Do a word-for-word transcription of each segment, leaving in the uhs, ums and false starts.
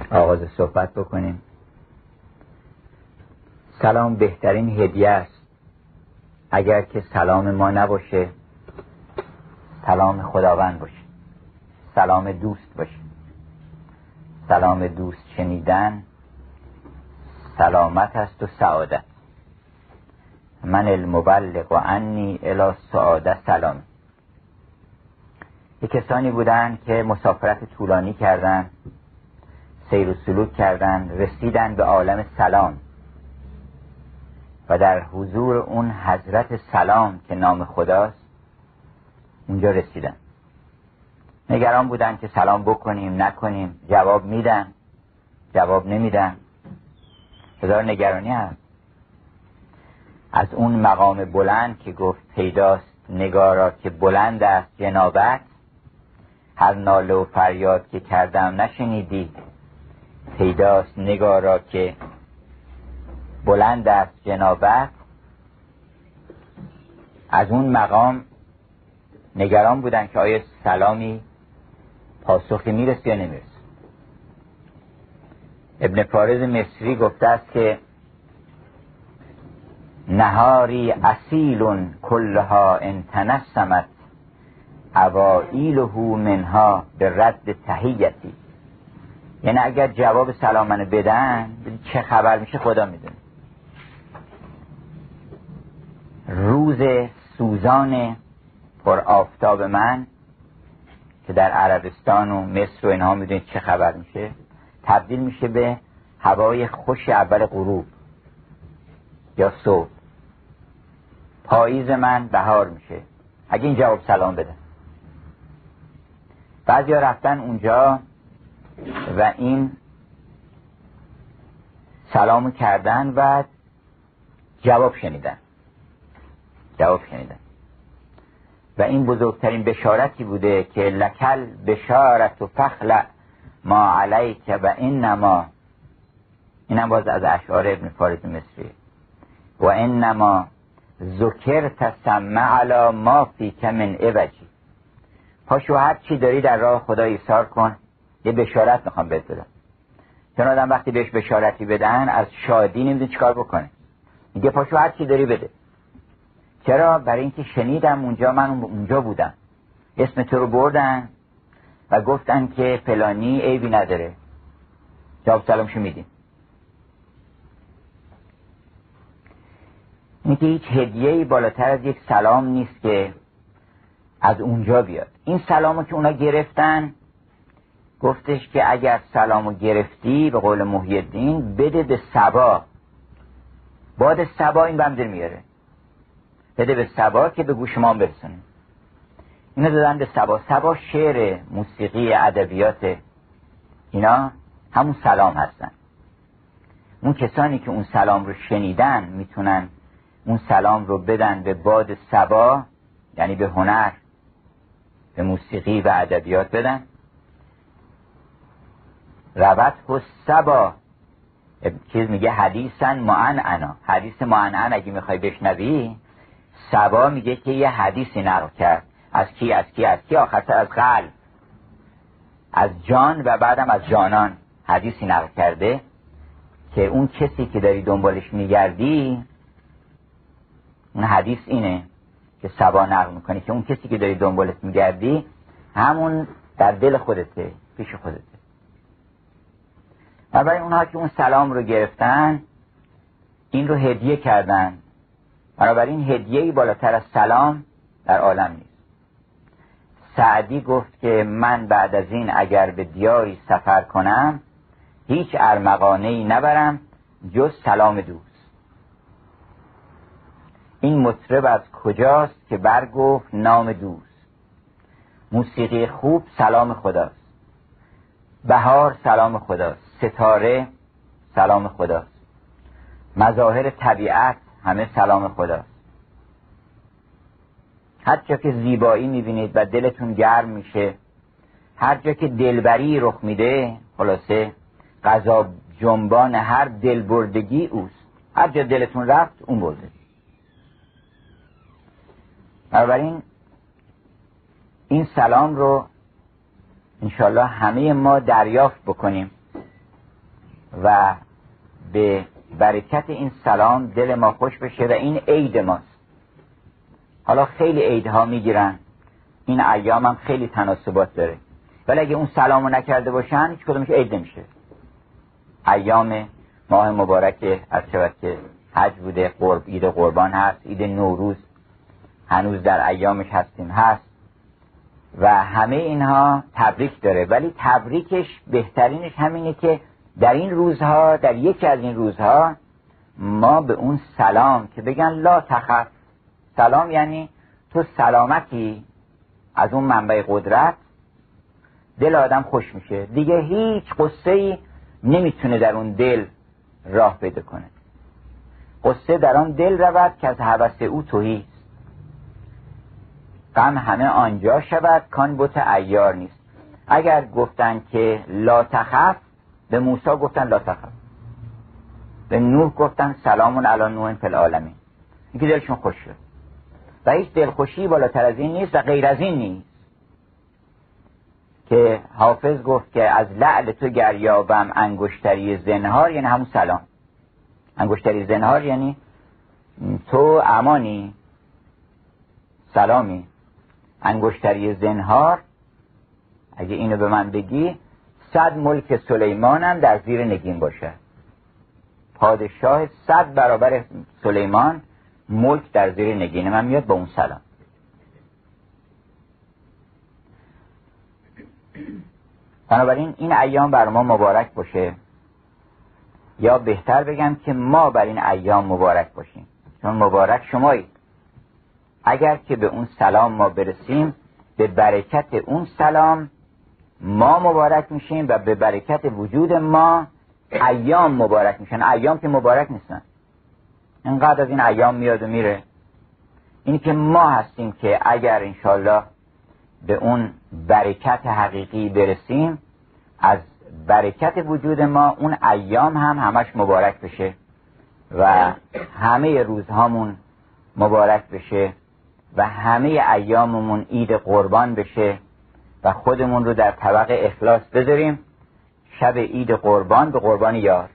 آغاز صحبت بکنیم. سلام بهترین هدیه است. اگر که سلام ما نباشه، سلام خداوند باشه، سلام دوست باشه. سلام دوست شنیدن سلامت است و سعادت. من المبلغ و انی الی سعاده سلام. یک کسانی بودن که مسافرت طولانی کردن، سیر و سلوک کردن، رسیدن به عالم سلام و در حضور اون حضرت سلام که نام خداست اونجا رسیدن. نگران بودن که سلام بکنیم نکنیم، جواب میدن جواب نمیدن، هزار نگرانی هست. از اون مقام بلند که گفت پیداست نگارا که بلند است جنابت، هر ناله و فریاد که کردم نشنیدی. پیداست نگارا که بلند است جنابت. از اون مقام نگران بودن که آیا سلامی پاسخی میرسه یا نمیرسه. ابن فارض مصری گفته است که نهاری اصیل کلها انتنسمت اوائیله منها به رد تحیتی. یعنی اگر جواب سلام منو بدن چه خبر میشه خدا میدونه. روز سوزان پر آفتاب من که در عربستان و مصر و اینها میدونید چه خبر میشه، تبدیل میشه به هوای خوش اول غروب یا صبح. پاییز من بهار میشه اگه این جواب سلام بدن. بعضیا رفتن اونجا و این سلامو کردن و جواب شنیدن جواب شنیدن و این بزرگترین بشارتی بوده که لکل بشارت و فخلع ما علیک و انما. اینم باز از اشعار ابن فارض مصری. و انما ذکرت سمع علی ما فیک من عوجی. پاشو هر چی داری در راه خدا ایثار کن. یه بشارت میخوام بهت بدم. چون آدم وقتی بهش بشارتی بدن از شادی نمیدونه چیکار بکنه، میگه پاشو هر چی داری بده. چرا؟ برای اینکه شنیدم اونجا، من اونجا بودم، اسم تو رو بردن و گفتن که فلانی عیبی نداره، جواب سلامشو میدیم. اینکه هیچ هدیه‌ای بالاتر از یک سلام نیست که از اونجا بیاد. این سلامو که اونا گرفتن، گفتش که اگر سلامو گرفتی به قول محی الدین بده به صبا. باد صبا این بمدر میاره، بده به صبا که به گوش ما برسونه. اینا دادن به صبا. صبا شعر، موسیقی، ادبیات، اینا همون سلام هستن. اون کسانی که اون سلام رو شنیدن میتونن اون سلام رو بدن به باد صبا، یعنی به هنر، به موسیقی و ادبیات بدن. روت و صبا چیز میگه حدیثا معنعنا. حدیث معنعن اگه میخوای بشنوی، صبا میگه که یه حدیثی نقل کرد. از کی از کی از کی آخرتر از قلب، از جان و بعدم از جانان حدیثی نقل کرده که اون کسی که داری دنبالش میگردی، اون حدیث اینه که صبا نقل میکنه که اون کسی که داری دنبالش میگردی همون در دل خودته، پیش خودته. و برای اونها که اون سلام رو گرفتن این رو هدیه کردن. بنابراین هدیه‌ای بالاتر از سلام در عالم نیست. سعدی گفت که من بعد از این اگر به دیاری سفر کنم هیچ ارمغانه‌ای نبرم جز سلام دوست. این مطرب از کجاست که برگفت نام دوست. موسیقی خوب سلام خداست، بهار سلام خداست، ستاره سلام خداست، مظاهر طبیعت همه سلام خداست. هر جا که زیبایی میبینید و دلتون گرم میشه، هر جا که دلبری رخ میده، خلاصه قضا جنبان هر دلبردگی اوست. هر جا دلتون رفت اون برده. بنابراین این سلام رو انشالله همه ما دریافت بکنیم و به برکت این سلام دل ما خوش بشه و این عید ماست. حالا خیلی عیدها میگیرن، این ایام هم خیلی تناسبات داره، ولی اگه اون سلامو نکرده باشن هیچ کدومش عید نمیشه. ایام ماه مبارک از شود که حج بوده، قرب عید قربان هست، عید نوروز هنوز در ایامش هستیم هست و همه اینها تبریک داره، ولی تبریکش بهترینش همینه که در این روزها، در یکی از این روزها ما به اون سلام که بگن لا تخف، سلام یعنی تو سلامتی از اون منبع قدرت، دل آدم خوش میشه دیگه، هیچ قصه‌ای نمیتونه در اون دل راه پیدا کنه. قصه در آن دل رود که از هوس او تهی است، غم همه آنجا شود کان بت عیار نیست. اگر گفتن که لا تخف، به موسی گفتن لا تخف، به نوح گفتن سلام علی نوح فی العالمین، اینکه دلشون خوش شد. و هیچ دلخوشی بالاتر از این نیست و غیر از این نیست که حافظ گفت که از لعل تو گریابم انگشتری زنهار، یعنی همون سلام. انگشتری زنهار یعنی تو امانی، سلامی. انگشتری زنهار اگه اینو به من بگی، صد ملک سلیمانم در زیر نگین باشه. پادشاه صد برابر سلیمان ملک در زیر نگین من میاد با اون سلام. بنابراین این ایام بر ما مبارک باشه، یا بهتر بگم که ما بر این ایام مبارک باشیم، چون مبارک شمایید. اگر که به اون سلام ما برسیم، به برکت اون سلام ما مبارک میشیم و به برکت وجود ما ایام مبارک میشن. ایام که مبارک نیستن، اینقدر از این ایام میاد و میره. اینی که ما هستیم که اگر انشالله به اون برکت حقیقی برسیم، از برکت وجود ما اون ایام هم همش مبارک بشه و همه روزهامون مبارک بشه و همه ایاممون عید قربان بشه و خودمون رو در طبق اخلاص بذاریم شب عید قربان به قربان یار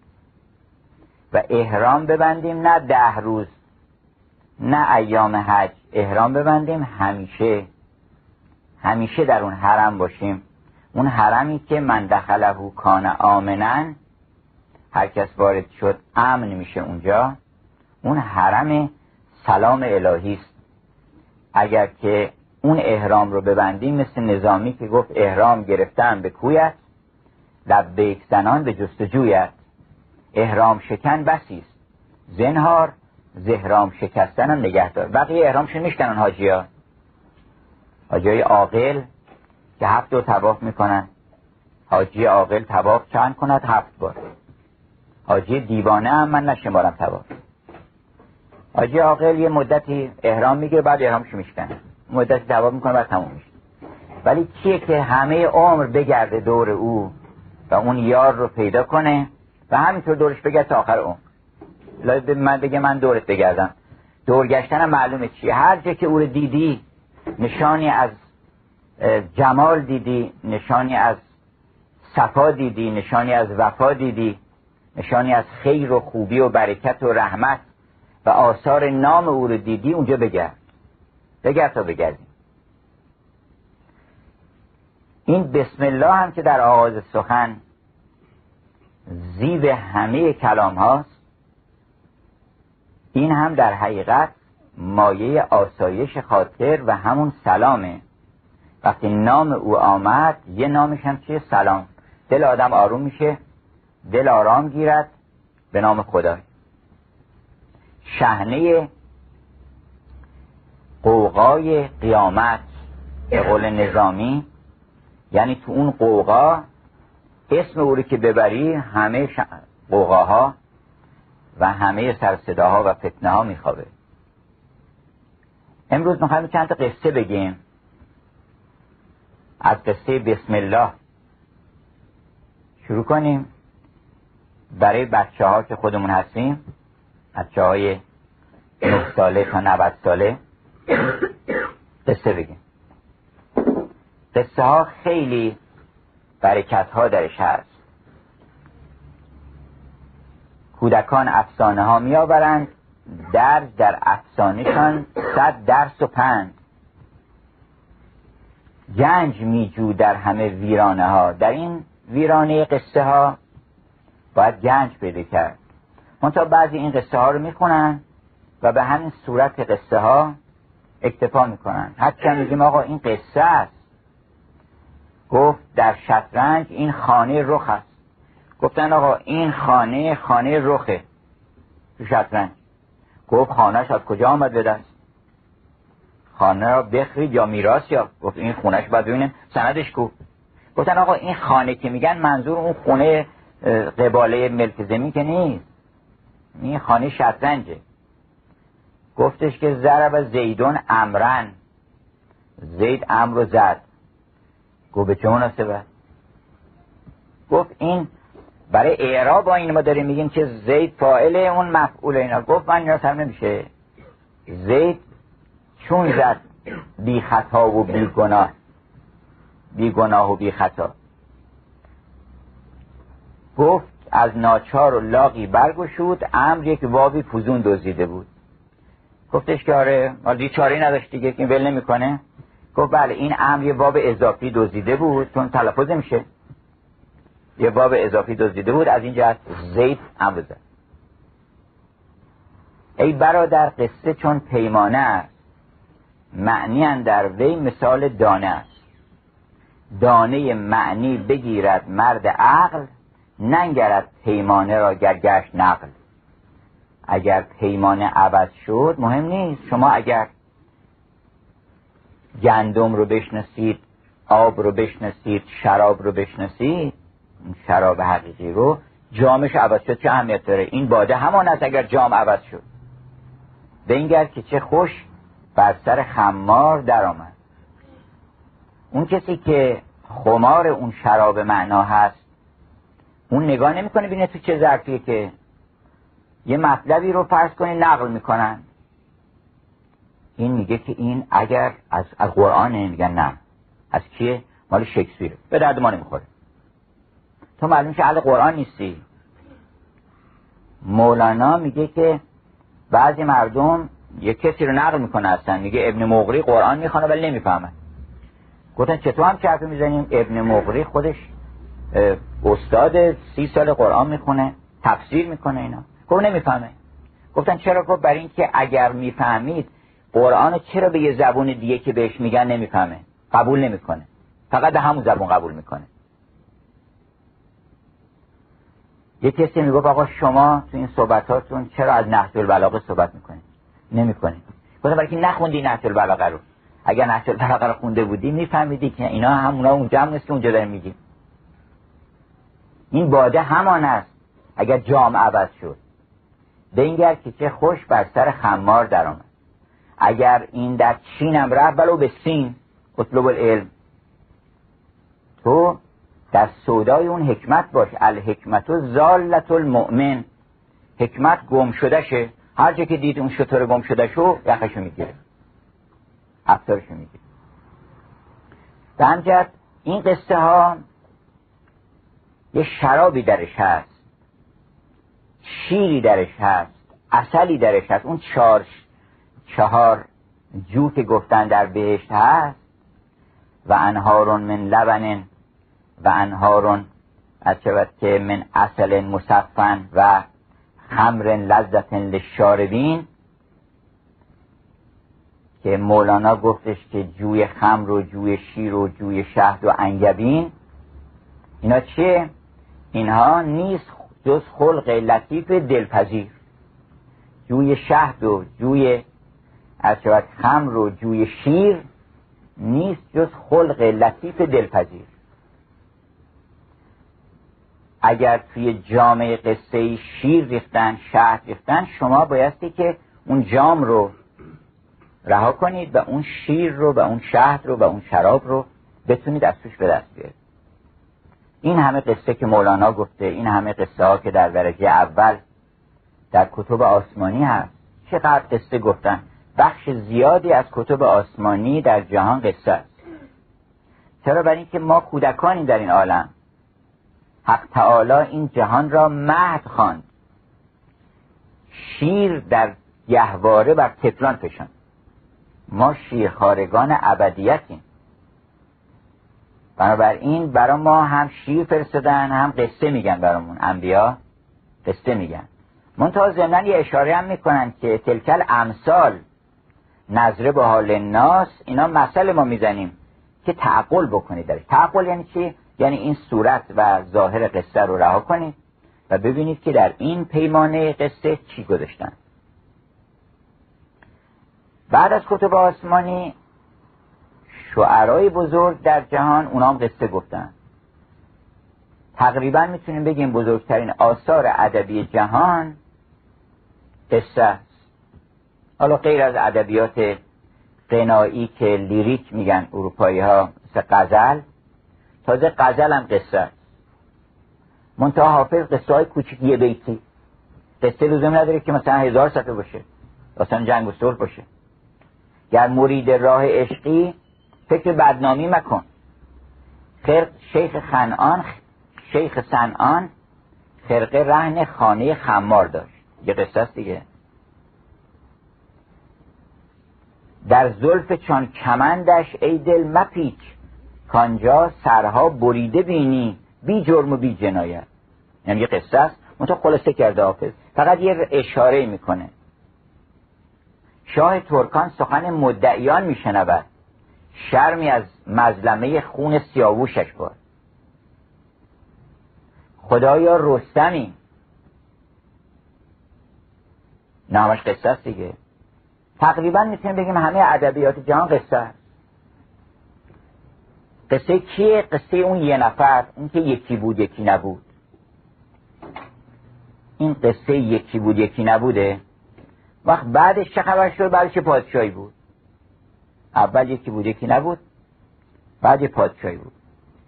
و احرام ببندیم، نه ده روز نه ایام حج، احرام ببندیم همیشه همیشه در اون حرم باشیم. اون حرمی که من دخله کان آمنا، هر کس وارد شد امن میشه اونجا. اون حرم سلام الهی است. اگر که اون احرام رو ببندیم، مثل نظامی که گفت احرام گرفتم به کویت، لبیک زنان به جستجویت. احرام شکن بسیست، زنهار زهرام شکستنم نگهدار. بقیه احرامشون میشکنن حاجی ها، حاجی های عاقل که هفت دو طواف میکنن. حاجی عاقل طواف چند کند؟ هفت بار. حاجی دیوانه هم من نشمارم طواف. حاجی عاقل یه مدتی احرام میگه، بعد احرامشو میشکنه، مدتی طواف میکنه، بعد تموم میشه. ولی کیه که همه عمر بگرده دور او و اون یار رو پیدا کنه و همینطور دورش بگرد تا آخر عمر؟ لازم من بگه من دورت بگردم. دور گشتن معلومه چیه. هر جا که او رو دیدی، نشانی از جمال دیدی، نشانی از صفا دیدی، نشانی از وفا دیدی، نشانی از خیر و خوبی و برکت و رحمت و آثار نام او رو دیدی، اونجا بگرد بگرد تا بگردی. این بسم الله هم که در آغاز سخن زیب همه کلام هاست، این هم در حقیقت مایه آسایش خاطر و همون سلامه. وقتی نام او آمد، یه نامش هم چیه؟ سلام. دل آدم آروم میشه، دل آرام گیرد به نام خدا. شحنه قوقای قیامت به قول نظامی، یعنی تو اون قوقا اسم او رو که ببری، همه ش... قوقاها و همه سرصداها و فتنه ها میخوابه. امروز میخوایم چند تا قصه بگیم. از قصه بسم الله شروع کنیم برای بچه ها که خودمون هستیم، بچه های نه ساله تا نود ساله. قصه بگیم. قصه ها خیلی برکت ها درش هست. کودکان افسانه ها می آورند، درج در افسانهشان صد درس و پند. گنج می جو در همه ویرانه ها. در این ویرانه قصه ها باید گنج پیدا کرد. منتها بعضی این قصه ها رو می خونن و به همین صورت قصه ها اکتفا می کنن. حتی میگیم آقا این قصه است. گفت در شطرنج این خانه رخ است. گفتن آقا این خانه خانه رخه تو شطرنج. گفت خانهش از کجا آمد به دست؟ خانه را بخرید یا میراث یا؟ گفت این خونهش باید ببینیم سندش کو. گفتن آقا این خانه که میگن منظور اون خونه قباله ملک زمین که نیست، این خانه شطرنجه. گفتش که ضرب زیدون امرن، زید امر رو زد. گفت به چه مناسبت؟ گفت این برای اعراب با این ما داریم میگیم که زید فاعل اون مفعول اینا. گفت من اینا سر نمیشه. زید چون زد بی خطا و بی گناه، بی گناه و بی خطا. گفت از ناچار و لاغی برگشود، امر یک واوی فزون دزدیده بود. گفتش که آره مالی چاره‌ای نداشت دیگه که ول نمیکنه. گفت بله این امر یه واو اضافی دزدیده بود چون تلفظ میشه، یه واو اضافی دزدیده بود، از این جهت زید امر زد. ای برادر قصه چون پیمانه است، معنی اندر وی مثال دانه است. دانه معنی بگیرد مرد عقل، ننگرد پیمانه را گر گشت نقل. اگر پیمانه عوض شد مهم نیست. شما اگر گندم رو بشناسید، آب رو بشناسید، شراب رو بشناسید، شراب حقیقی رو، جامش عوض شد چه اهمیت داره؟ این باده همان است اگر جام عوض شد. بنگر که چه خوش بر سر خمار در آمد. اون کسی که خمار اون شراب معنا هست، اون نگاه نمیکنه بینه تو چه ظرفیه، که یه مطلبی رو فرض کنی نقل میکنن. این میگه که این اگر از, از قرآن، میگن نه از کیه؟ مال شکسپیر، به درد ما نمیخوره. تو معلوم که اهل قرآن نیستی. مولانا میگه که بعضی مردم یه کسی رو نقل میکنه هستن، میگه ابن مقری قرآن میخونه ولی نمیفهمه. گفتن چطور هم چه حرفی میزنیم؟ ابن مقری خودش استاد سی سال قرآن میخونه، تفسیر میکنه اینا. گفت نمیفهمه. گفتن چرا؟ گفت برای این که اگر میفهمید قرآن چرا به یه زبون دیگه که بهش میگن نمیفهمه، قبول نمیکنه، فقط به همون زبون قبول میکنه. یه کسی میگفت آقا شما تو این صحبتاتون چرا از نهج البلاغه صحبت میکنید؟ نمیکنید. گفتم برای که نخوندی نهج البلاغه رو. اگر نهج البلاغه رو خونده بودی میفهمیدی که اینا همونا اونجا هم نیست که اونجا داریم میگیم. این باده همان است اگر جام عوض شد. بنگر که چه خوش بر سر خمار در آمد. اگر این در چینم رفت ولو به سین، اطلب العلم، تو در سودای اون حکمت باش. الحکمت و زالت المؤمن. حکمت گم شده شه، هر جا که دید اون شطور گم شده شو یخشو میگیره، افطارشو میگیره. به همجرد این قصه ها یه شرابی درش هست، شیری درش هست، عسلی درش هست. اون چهار چهار جو که گفتن در بهشت هست، و انهارون من لبن و انهارون از چه من عسل مصفن و خمر لذت للشاربین، که مولانا گفتش که جوی خمر و جوی شیر و جوی شهد و انگبین، اینا چیه؟ اینها نیست جز خلق لطیف دلپذیر. جوی شهد و جوی از چه خمر و جوی شیر نیست جز خلق لطیف دلپذیر. اگر توی جام قصه شیر ریختن، شهد ریختن، شما بایستی که اون جام رو رها کنید و اون شیر رو و اون شهد رو و اون شراب رو بتونید از توش به دست بیارید. این همه قصه که مولانا گفته، این همه قصه ها که در درجه اول در کتب آسمانی هست، چقدر قصه گفتن. بخش زیادی از کتب آسمانی در جهان قصه است. چرا؟ برای اینکه ما کودکانی در این عالم. حق تعالی این جهان را مهد خواند. شیر در گهواره بر طفلان فشان. ما شیرخوارگان ابدیتیم. بنابراین برای ما هم شیر فرستادن هم قصه میگن، برامون انبیا قصه میگن. منتها ضمناً یه اشاره هم میکنن که تلکل امثال نظره به حال الناس، اینا مسئله ما میزنیم که تعقل بکنید درش. تعقل یعنی چی؟ یعنی این صورت و ظاهر قصه رو رها کنید و ببینید که در این پیمانه قصه چی گذاشتن. بعد از کتب آسمانی شعرای بزرگ در جهان اونا هم قصه گفتن. تقریبا میتونیم بگیم بزرگترین آثار ادبی جهان قصه است. حالا غیر از ادبیات غنایی که لیریک میگن اروپایی ها، مثل غزل، تازه غزل هم قصه است. منتها حافظ قصه های کوچیک یه بیتی، قصه لزوم نداره که مثلا هزار صفحه باشه، مثلا جنگ و صلح باشه. گر مرید راه عشقی فکر بدنامی مکن. خرق شیخ خنعان شیخ صنعان خرقه رهن خانه خمار داشت. یه قصه است دیگه. در زلف چون کمندش ای دل مپیچ، کانجا سرها بریده بینی بی جرم و بی جنایت. یعنی یه قصه است، منتها خلاصه کرده حافظ، فقط یه اشاره میکنه. شاه ترکان سخن مدعیان میشنود، شرمی از مظلمه خون سیاووشش باد. خدایا رستمی، نه همش قصه است دیگه. تقریبا میتونیم بگیم همه ادبیات جهان قصه است. قصه کیه؟ قصه اون یه نفر، اون که یکی بود یکی نبود. این قصه یکی بود یکی نبوده. وقت بعدش چه خبر شد؟ بعدش چه پادشاهی بود؟ اول یکی بود یکی نبود، بعد یه پادشاهی بود.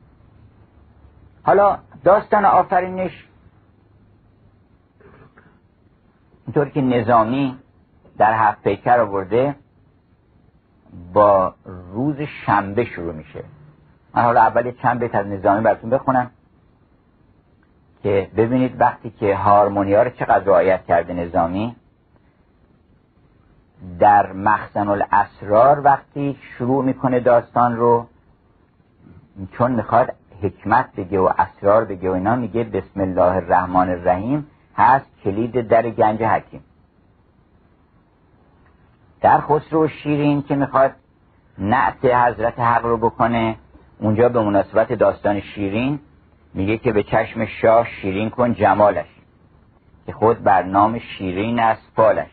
حالا داستان آفرینش اینطور که نظامی در هفت پیکر آورده با روز شنبه شروع میشه. من حالا اول چند بیت از نظامی براتون بخونم که ببینید وقتی که هارمونیا رو چقدر رعایت کرده نظامی. در مخزن الاسرار وقتی شروع میکنه داستان رو، چون میخواد حکمت بگه و اسرار بگه و اینا، میگه بسم الله الرحمن الرحیم هست کلید در گنج حکیم. در خسرو شیرین که میخواد نعت حضرت حق رو بکنه، اونجا به مناسبت داستان شیرین میگه که به چشم شاه شیرین کن جمالش، که خود بر نام شیرین است فالش.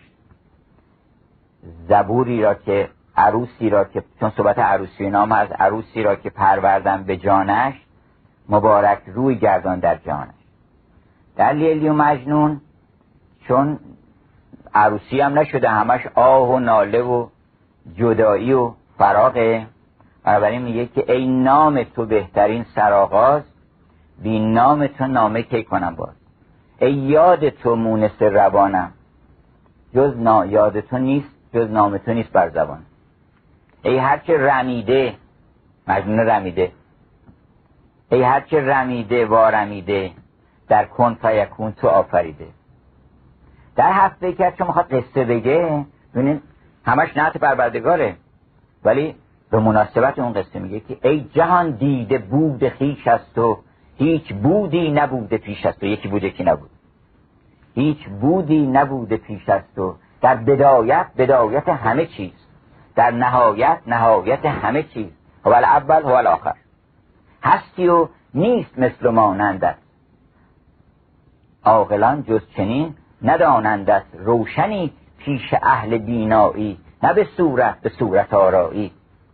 زبوری را که عروسی را که، چون صحبت عروسی نام از عروسی را که پروردن به جانش، مبارک روی گردان در جانش. در لیلی و مجنون چون عروسی هم نشده، همش آه و ناله و جدایی و فراغه، بنابراین میگه که ای نام تو بهترین سرآغاز، بی نام تو نامه کی کنم باز. ای یاد تو مونس روانم، جز نا یاد تو نیست، جز نام تو نیست بر زبان. ای هرچه رمیده، مجنون رمیده، ای هرچه رمیده و رمیده، در کن فیکون تو آفریده. در هفت پیکر چون میخواد قصه بگه، ببینید همش نعت پروردگاره، ولی به مناسبت اون قصه میگه که ای جهان دیده بود خویش از تو، هیچ بودی نبوده پیش از تو. یکی بود یکی نبود. هیچ بودی نبوده پیش از تو، در بدایت بدایت همه چیز، در نهایت نهایت همه چیز، هو الاول هو الاخر. هستی و نیست مثل مانندت، عاقلان جز چنین ندانندت. روشنی پیش اهل بینایی، نه به صورت به صورت آرایی.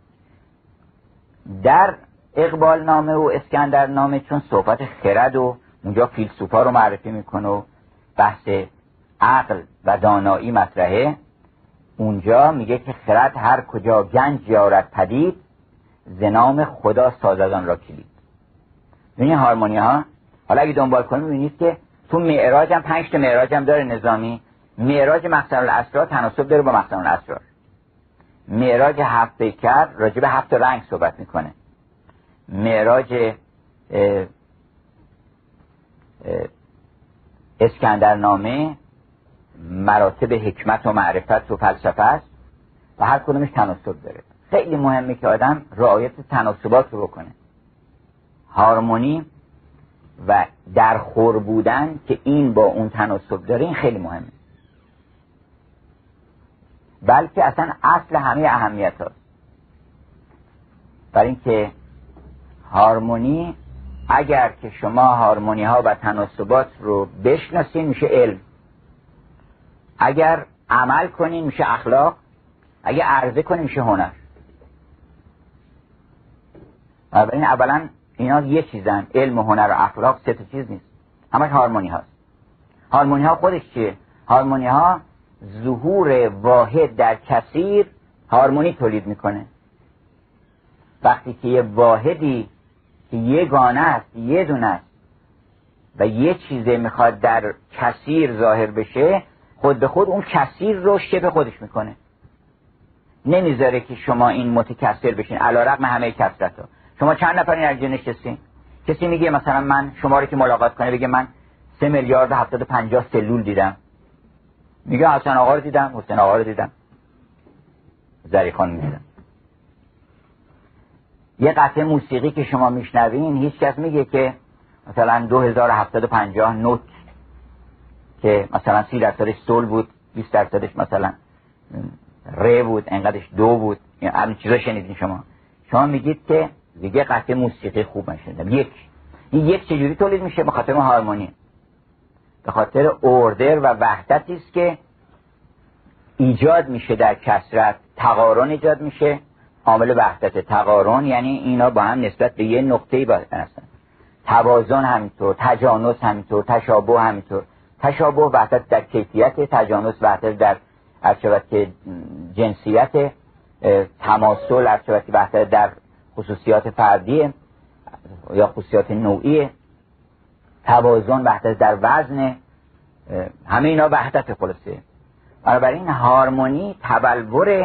در اقبال نامه و اسکندر نامه چون صحبت خرد و اونجا فیلسوفا رو معرفی میکنه و بحث عقل و دانایی مطرحه، اونجا میگه که خرد هر کجا گنج یارد پدید، ز نام خدا سازدان را کلید. ببینید هارمونی ها. حالا اگه دنبال کنیم میبینید که تو معراج هم پنج تا معراج هم داره نظامی. معراج مخزن الاسرار تناسب داره با مخزن الاسرار. معراج هفت پیکر راجع به هفت رنگ صحبت میکنه. معراج اسکندرنامه مراتب حکمت و معرفت و فلسفه است و هر کدومش تناسب داره. خیلی مهمه که آدم رعایت تناسبات رو بکنه. هارمونی و درخور بودن که این با اون تناسب داره، این خیلی مهمه، بلکه اصلا اصل همه اهمیت هاست. برای اینکه هارمونی، اگر که شما هارمونی ها و تناسبات رو بشناسین میشه علم، اگر عمل کنین میشه اخلاق، اگر عرضه کنین میشه هنر. این اولا اینا یه چیزن، علم و هنر و اخلاق سه تا چیز نیست، همش هارمونی هاست. هارمونی ها خودش چیه؟ هارمونی ها ظهور واحد در کثیر هارمونی تولید میکنه. وقتی که یه واحدی که یگانه است، یه دونه است و یه چیزی میخواد در کثیر ظاهر بشه، خود به خود اون کثیر رو شبه خودش میکنه، نمیذاره که شما این متکثر بشین علیرغم همه کثرت ها. شما چند نفر این اینجا نشستین؟ کسی میگه مثلا من شما رو که ملاقات کنه بگه من سه میلیارد و هفتاد و پنجاه سلول دیدم، میگه حسن آقا رو دیدم، حسین آقا رو دیدم، زری خان دیدم. یه قطعه موسیقی که شما میشنوین هیچ کس میگه که مثلا دو هزار و هفتاد و پنجاه نوت که مثلا سی درصدش سول بود، بیست درصدش مثلا ره بود، انقدرش دو بود، این چیزا شنیدین شما. شما میگید که دیگه قطعه موسیقی خوب نشدم. یک این یک چجوری تولید میشه؟ به خاطر هارمونی، به خاطر اوردر و وحدتی است که ایجاد میشه در کثرت، تقارن ایجاد میشه. عامل وحدت تقارن یعنی اینا با هم نسبت به یه نقطه‌ای هستن. توازن همینطور، تجانس همینطور، تشابه همینطور. تشابه وحدت در کیفیت، تجانس وحدت در ارتباط که جنسیت، تماسل ارتباط وحدت در خصوصیات فردی یا خصوصیات نوعی، توازن وحدت در وزن، همه اینا وحدت خلاصه. بنابراین هارمونی تبلور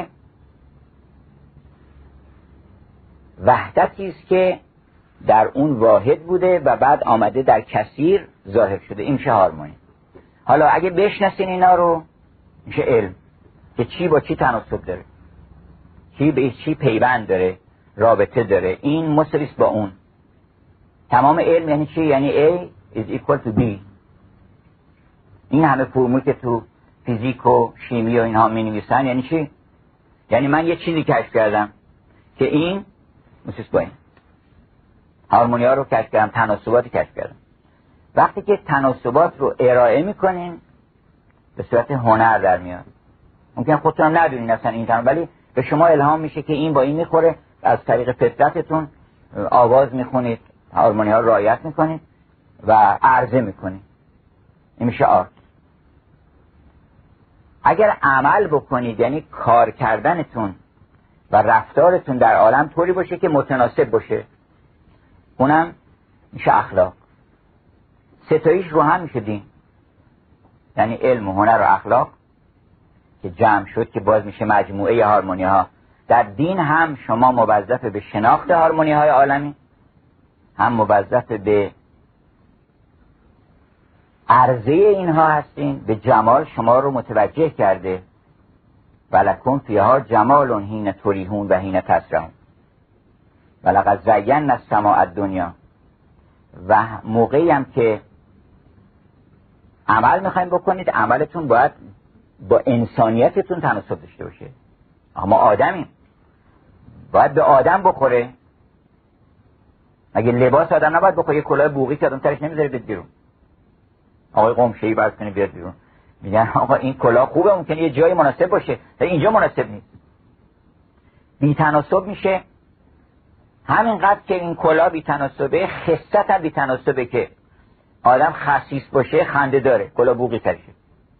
وحدتی است که در اون واحد بوده و بعد آمده در کثیر ظاهر شده، این میشه هارمونی. حالا اگه بشناسین اینا رو میشه علم، که چی با چی تناسب داره، چی به چی پیوند داره، رابطه داره، این مساوی با اون. تمام علم یعنی چی؟ یعنی A is equal to B. این همه فرمول که تو فیزیک و شیمی و اینها می نویسن یعنی چی؟ یعنی من یه چیزی کشف کردم که این مساوی با این. هارمونی ها رو کشف کردم، تناسباتی کشف کردم. وقتی که تناسبات رو ارائه میکنین به صورت هنر در میاد. ممکن خودتون هم ندونین اصلا این تناسب، ولی به شما الهام میشه که این با این میخوره، از طریق فطرتتون آواز میخونید، هارمونی ها رو رعایت میکنید و عرضه میکنید. این میشه آرت. اگر عمل بکنید یعنی کار کردنتون و رفتارتون در عالم طوری باشه که متناسب باشه، اونم میشه اخلاق. ستایش رو هم میشه دین، یعنی علم و هنر و اخلاق که جمع شد که باز میشه مجموعه هارمونی ها. در دین هم شما موظف به شناخت هارمونی های عالمی، هم موظف به عرضه اینها هستین. به جمال شما رو متوجه کرده، ولکن فیها جمال حین تریحون و حین تسرحون ولقد زینا السماء الدنیا. و موقعی هم که عمل میخوایم بکنید، عملتون باید با انسانیتتون تناسب داشته باشه. ما آدمیم، باید به آدم بخوره. اگه لباس آدم نباید بخوره، یه کلاه بوقی که آدم ترش نمیذاره بیاد بیرون، آقای قمشه‌ای باید کنه بیاد بیرون، میگن آقا این کلاه خوبه، ممکنه یه جایی مناسب باشه، ولی اینجا مناسب نیست. بی تناسب میشه. همینقدر که این کلاه بی تناسبه، خست هم بی تناسبه که آدم خسیس باشه خنده داره، کلاه بوقی ترشه.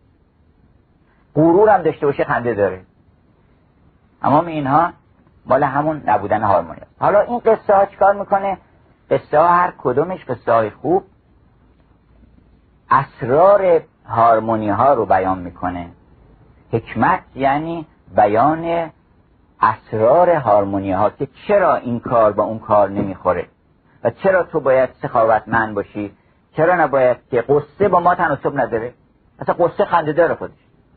غرور هم داشته باشه خنده داره. اما اینها مال همون نبودن هارمونی است. حالا این قصه ها چیکار میکنه؟ قصه ها هر کدومش قصه های خوب اسرار هارمونی ها رو بیان میکنه. حکمت یعنی بیان اسرار هارمونی ها که چرا این کار با اون کار نمیخوره و چرا تو باید سخاوتمند باشی، چرا نباید، که قصه با ما تناسب نداره. اصلا قصه خنده داره خودش،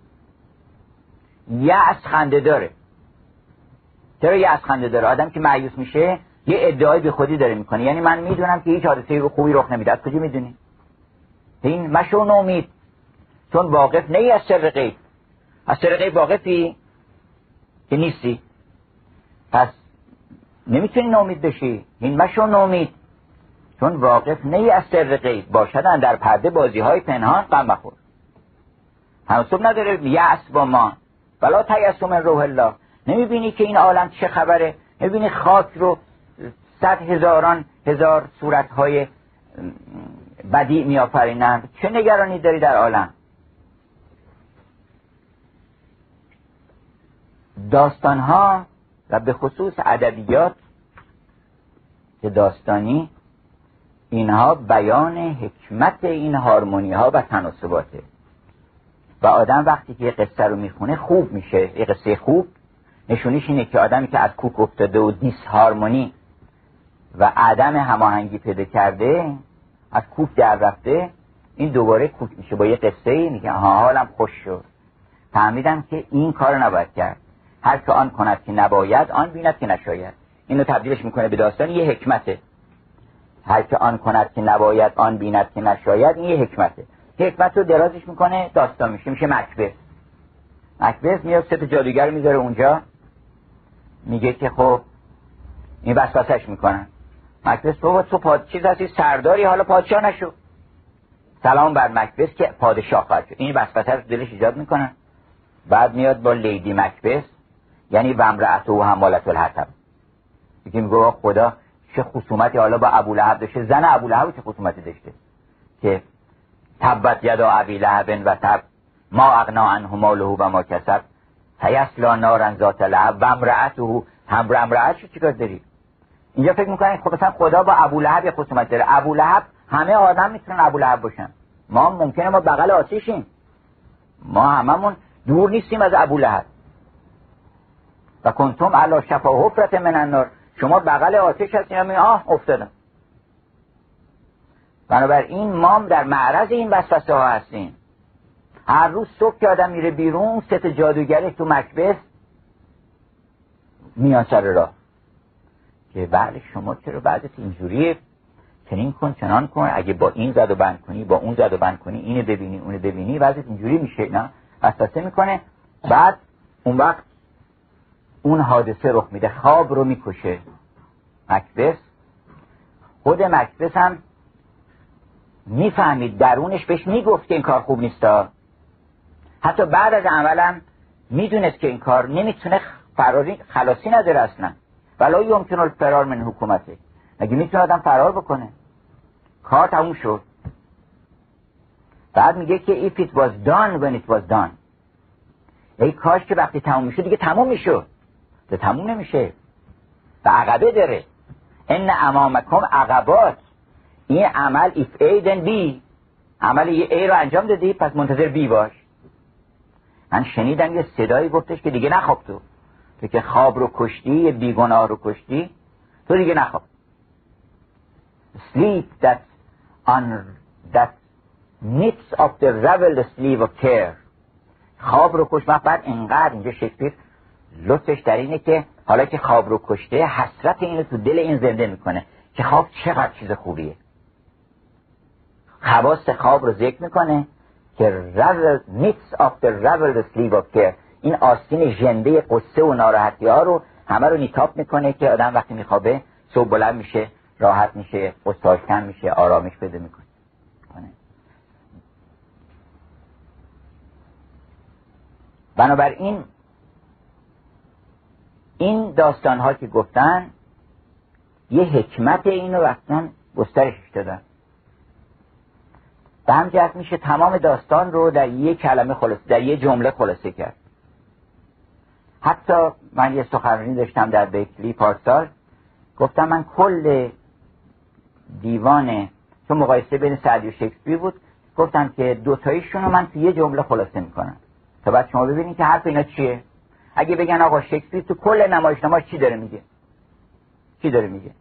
یأس خنده داره. چرا یأس خنده داره؟ آدم که مایوس میشه یه ادعای به خودی داره میکنه، یعنی من میدونم که هیچ حادثه خوبی رخ نمیده. از کجا میدونی؟ این مشو نومید، چون واقف نی از سر غیب. از سر غیب واقفی که نیستی، پس نمیتونی نومید بشی. این مشو نومید، چون واقف نی از سر غیب. باشدن در پرده بازی های پنهان غم مخور. تناسب نداره یأس با ما. ولا تیأسوا من روح الله. نمیبینی که این عالم چه خبره؟ نمیبینی خاک رو صد هزاران هزار صورتهای بدیع میآفرینند؟ چه نگرانی داری در عالم؟ داستانها و به خصوص ادبیات که داستانی، اینها بیان حکمت این هارمونی ها و تناسباته. و آدم وقتی که یه قصه رو میخونه خوب میشه. یه قصه خوب نشونیش اینه که آدمی که از کوک افتاده و دیس هارمونی و عدم هماهنگی پیدا کرده، از کوک در رفته، این دوباره کوک میشه با یه قصه. میگه ها حالم خوش شد، فهمیدم که این کار نباید کرد. هر که آن کند که نباید، آن بیند که نشاید. اینو تبدیلش میکنه به داستان. یه حکمته. هر که آن کند که نباید، آن بیند که نشاید. این یه حکمته. حکمت رو درازش میکنه، داستان میشه. میشه مکبث. مکبث میاد سه تا جادوگر میذاره اونجا، میگه که خب این وسوسه‌اش میکنن. مکبث بابا تو پاد چیز هستی، سرداری، حالا پادشاه نشو. سلام بر مکبث که پادشاه خواهد شد. این وسوسه رو دلش ایجاد میکنن. بعد میاد با لیدی مکبث، یعنی وامرأته و حمالة الحطب، میگه میگه خدا چه خصومتی حالا با ابولهب داشته. زن ابولهب چه خصومتی داشته که تبت یدا ابی لهب و تب ما اغنا عنه ماله و ما کسب سیصلی نارا ذات لهب و امرأته. هم امرأتشو چیکار داری؟ اینجا فکر میکنن خب مثلا خدا با ابولهب یه خصومت داره. ابولهب همه آدم میتونن ابولهب باشن. ما ممکنه ما بغل آتیشیم، ما هممون دور نیستیم از ابولهب. و کنتم علی شفا حفرة من النار، شما بغل آتش هستین. می آه افتادم. بنابراین ما در معرض این وسوسه ها هستیم. هر روز صبح که آدم میره بیرون، سه تا جادوگره تو مکبث میان سر راه که بله شما چرا بعدت اینجوریه، چنین کن چنان کن، اگه با این زد و بند کنی، با اون زد و بند کنی، اینو ببینی اونو ببینی، بعدت اینجوری میشه. نه، وسوسه میکنه. بعد اون وقت اون حادثه رخ میده، خواب رو میکشه مکبث. خود مکبث هم میفهمید، درونش بهش میگفت که این کار خوب نیستا. حتی بعد از عملم میدونست که این کار نمیتونه، فراری خلاصی نداره اصلا. ولا یمکن الفرار من حکومته. مگه میتونه آدم فرار بکنه؟ کار تموم شد. بعد میگه که if it was done when it was done. ای کاش که وقتی تموم میشه دیگه تموم میشه. ده تموم نمیشه و عقبه داره. ان امامکم عقبات. این عمل if A then B. عمل یه A رو انجام دادی، پس منتظر B باش. من شنیدم یه صدایی گفتش که دیگه نخواب تو. تو که خواب رو کشتی، یه بیگناه رو کشتی، تو دیگه نخواب. Sleep that on that knits of the ravel sleeve of care. خواب رو کش. بعد اینقدر اینجا شکسپیر لطفش در اینه که حالا که خواب رو کشته، حسرت اینو تو دل این زنده میکنه که خواب چقدر چیز خوبیه. خواص خواب رو ذکر میکنه که ravel knits of the ravel sleeve of care. این آستین ژنده قصه و ناراحتی ها رو همه رو نیتاب میکنه که آدم وقتی میخوابه صبح بلند میشه، راحت میشه، قصه‌اش کم میشه، آرامش پیدا میکنه. بنابراین این داستان ها که گفتن یه حکمت اینو وقتاً گسترشش دادن. به هم جهت میشه تمام داستان رو در یه کلمه خلاصه، در یه جمله خلاصه کرد. حتی من یه سخنرانی داشتم در بیکلی پارسال، گفتم من کل دیوان، چون مقایسه بین سعدی و شکسپیر بود، گفتم که دوتاییشون رو من تو یه جمله خلاصه میکنم تا بعد شما ببینید که حرف اینا چیه. اگه بگن آقا شکسپیر تو کل نمایشنامه‌اش چی داره میگه، چی داره میگه،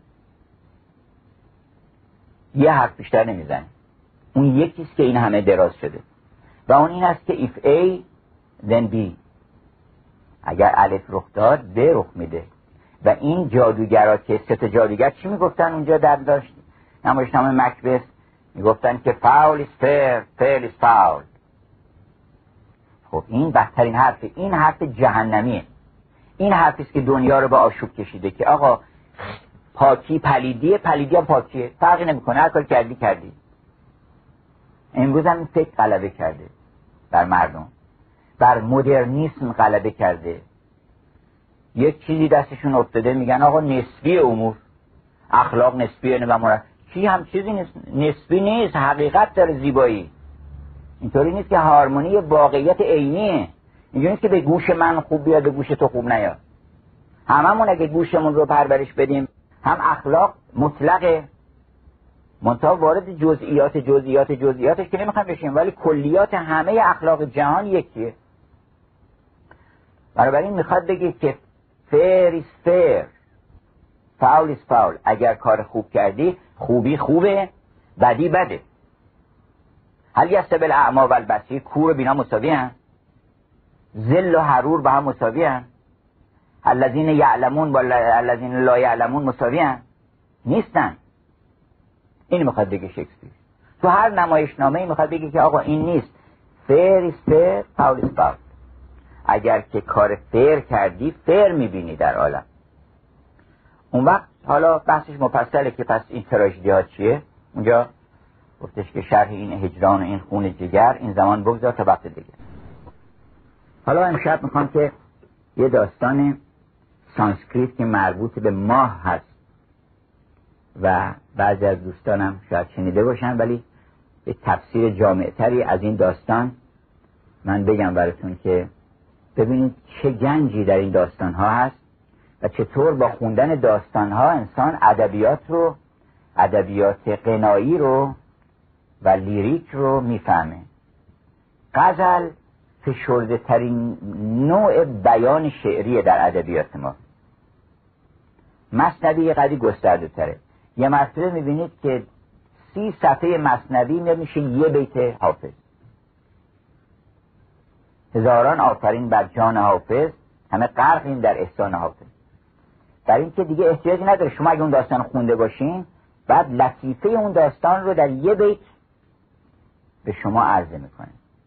یه حرف بیشتر نمیزنه. اون یکیست که این همه دراز شده و اون این است که if A then B. اگر الف رخ داد ب رخ میده. و این جادوگرا که سه تا جادوگر چی میگفتن اونجا در داشت نمایشنامه مکبث؟ میگفتن که فاول is fair, fair is foul. خب این بدترین حرفه، این حرف جهنمیه. این حرفی است که دنیا رو به آشوب کشیده که آقا پاکی پلیدیه، پلیدی هم پاکیه، فرقی نمیکنه، هر کاری کردی کردی. امروز هم این فکر غلبه کرده بر مردم، بر مدرنیسم غلبه کرده. یک چیزی دستشون افتاده میگن آقا نسبی امور، اخلاق نسبیه و مرد چی هم چیزی نیست، نسبی نیست، حقیقت داره زیبایی. اینطوری نیست که هارمونی واقعیت عینیه. اینجوری نیست که به گوش من خوب بیاد به گوش تو خوب نیاد. هممون اگه گوشمون رو پرورش بدیم هم اخلاق مطلقه، منتها وارد جزئیات جزئیات جزئیاتش که نمیخوام بشیم، ولی کلیات همه اخلاق جهان یکیه. بنابراین میخواد بگه که fair is fair, foul is foul. اگر کار خوب کردی خوبی خوبه، بدی بده. هل یستوی الاعمی و البصیر؟ کور و بینا مساوی هستند؟ ذل و حرور با هم مساوی هستند؟ الذین یعلمون با الذین لا یعلمون مساوی هستند؟ نیستن. این میخواد بگه شکسپیر. تو هر نمایشنامه‌ای میخواد بگه که آقا این نیست. fair is fair, foul is foul. اگر که کار فیر کردی فیر میبینی در عالم. اون وقت حالا بحثش مفصله که پس این تراژدی ها چیه. اونجا گفتش که شرح این هجران و این خون جگر این زمان بگذار تا وقت دیگه. حالا امشب میخوام که یه داستان سانسکریت که مربوط به ماه هست و بعضی از دوستانم شاید شنیده باشن، ولی به تفسیر جامعتری از این داستان من بگم براتون که ببینید چه گنجی در این داستان ها هست و چطور با خوندن داستان ها انسان ادبیات رو، ادبیات غنایی رو و لیریک رو میفهمه. غزل فشرده ترین نوع بیان شعریه در ادبیات ما. مثنوی یه قدری گسترده تره. یه مرتبه میبینید که سی صفحه مثنوی میشه یه بیت حافظ. هزاران آفرین بر جان حافظ، همه غرقیم در احسان حافظ. در این که دیگه احتیاجی نداره شما اگه اون داستان خونده باشین بعد لطیفه اون داستان رو در یه بیت به شما عرضه میکنه.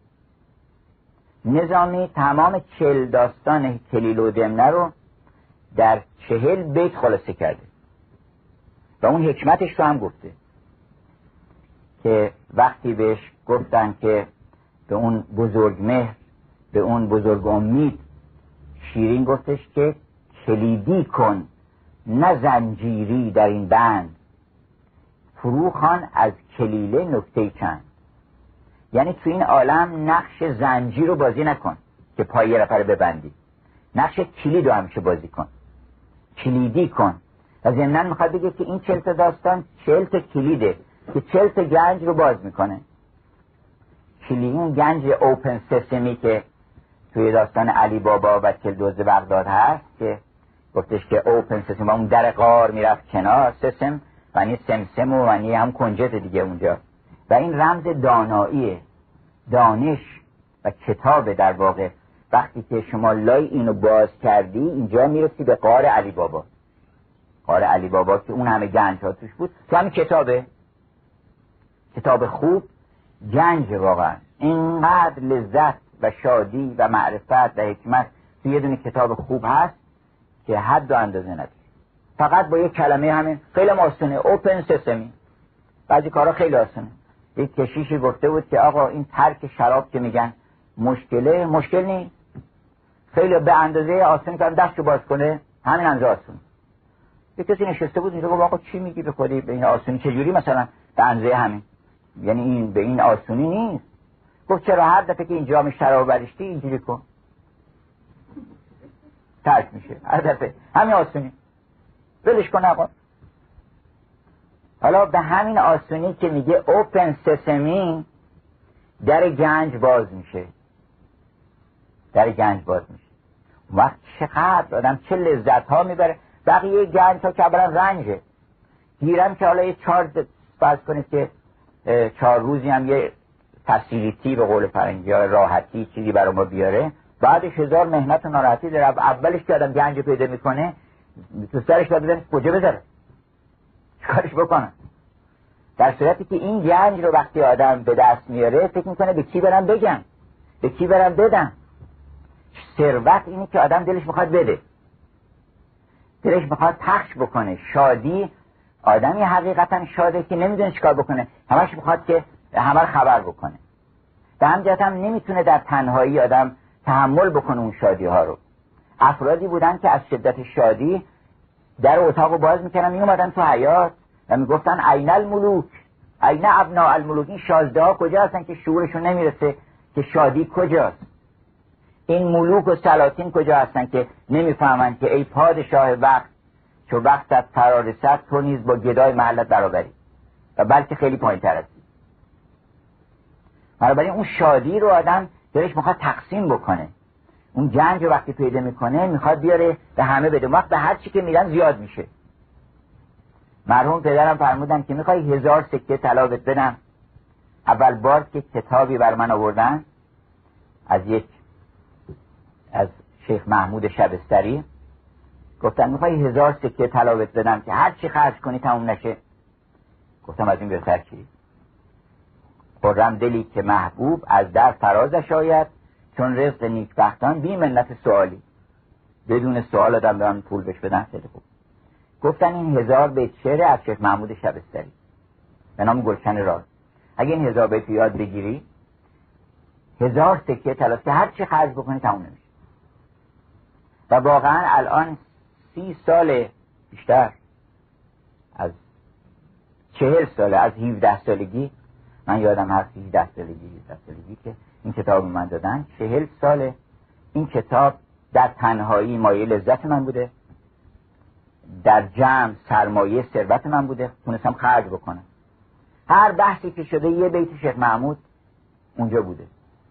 نظامی تمام چهل داستان کلیل و دمنه رو در چهل بیت خلاصه کرده و اون حکمتش رو هم گفته که وقتی بهش گفتن که به اون بزرگ مهر، به اون بزرگ امید، شیرین گفتش که کلیدی کن نه زنجیری در این بند، فروخان از کلیله نکته چند. یعنی تو این عالم نقش زنجیر رو بازی نکن که پای یه نفر ببندی، نقش کلید رو همیشه بازی کن، کلیدی کن. و ضمناً میخواد بگه که این چهل تا داستان چهل تا کلیده که چهل تا گنج رو باز میکنه. کلید، اون گنج اوپن سسمی که توی داستان علی بابا و چهل دزد بغداد هست که گفتش که اوپن سسم، اون در غار میرفت کنار، سسم معنی سمسم و معنی هم کنجد دیگه اونجا. و این رمز داناییه، دانش و کتاب. در واقع وقتی که شما لای اینو باز کردی اینجا میرسی به غار علی بابا. غار علی بابا که اون همه گنج ها توش بود، تو همین کتابه، کتاب خوب گنج. واقعا اینقدر لذت و شادی و معرفت و حکمت تو یه دونه کتاب خوب هست که حد و اندازه نداره. فقط با یک کلمه همین خیلی آسونه، اوپن سسمی. بعضی کارا خیلی آسونه. یک کشیشی گفته بود که آقا این ترک شراب که میگن مشکله، مشکل نیست، خیلی به اندازه آسون که دستشو باز کنه همین اندازه آسون. یک کسی نشسته بود میگه آقا چی میگی به خودی به این آسونی چجوری مثلا به اندازه همین، یعنی این به این آسونی نیست. گفت چرا هر دفعه که اینجا می شراب برداشتی اینجوری کن ترک میشه، هر دفعه همین آسونی ولش کن آقا. حالا به همین آسونی که میگه اوپن سسمی در گنج باز میشه، در گنج باز میشه. وقت چقدر آدم چه لذت ها میبره. بقیه گنج ها که اولا رنجه گیرم که حالا یه چهار فرض کنید که چهار روزی هم یه فسیلیتی به قول فرنگی ها راحتی چیزی برای ما بیاره، بعدش هزار مهنت و ناراحتی داره. اولش که آدم گنج پیدا میکنه تو سرش باید بزنه کجا بذاره، چیکارش بکنه. در صورتی که این گنج رو وقتی آدم به دست میاره فکر میکنه به کی برم بگم، به کی برم بدم. ثروت اینی که آدم دلش میخواد بده، دلش میخواد پخش بکنه. شادی، آدمی حقیقتا شاده که نمیدونه چیکار بکنه، همش میخواد که همه رو خبر بکنه. به همین جهت هم نمیتونه در تنهایی آدم تحمل بکنه اون شادی ها رو. افرادی بودن که از شدت شادی در اتاق باز میکردن، میومدن تو حیاط و میگفتن عین الملوک، عین ابناء الملوک. این شازده ها کجا هستن که شعورشون نمیرسه که شادی کجاست؟ این ملوک و سلاطین کجا هستن که نمیفهمن که ای پادشاه وقت، چو وقتت فرا رسد تو نیز با گدای محلت برابری و بلکه خیلی پایین تر هستی. بنابراین اون شادی رو آدم دلش میخواد تقسیم بکنه. اون گنج رو وقتی پیدا میکنه میخواد بیاره به همه بده. وقت به هر چی که میدن زیاد میشه. مرحوم پدرم فرمودن که میخوای هزار سکه طلا بهت بدم. اول بار که کتابی بر من آوردن از یک از شیخ محمود شبستری، گفتن میخوای هزار سکه طلا بهت بدم که هر چی خرج کنی تموم نشه. گفتم از این بهتر چی؟ خرم دلی که محبوب از در فرازش آید، چون رزق نیکبختان بی منت سوالی. بدون سوال آدم به من پول بهش بدن خیلی خوب. گفتن این هزار بیت شعر از شیخ محمود شبستری به نام گلشن راز، اگه این هزار بیت یاد بگیری هزار سکه طلا که هر چی خرج بکنی تموم نمیشه. و واقعا الان سی سال بیشتر از چهل ساله، از هفده سالگی، من یادم هست هفده سالگی هفده سالگی که این کتاب من دادن، چهل ساله این کتاب در تنهایی مایه لذت من بوده، در جمع سرمایه ثروت من بوده، تونستم خرج بکنم. هر بحثی که شده یه بیت شیخ محمود اونجا بوده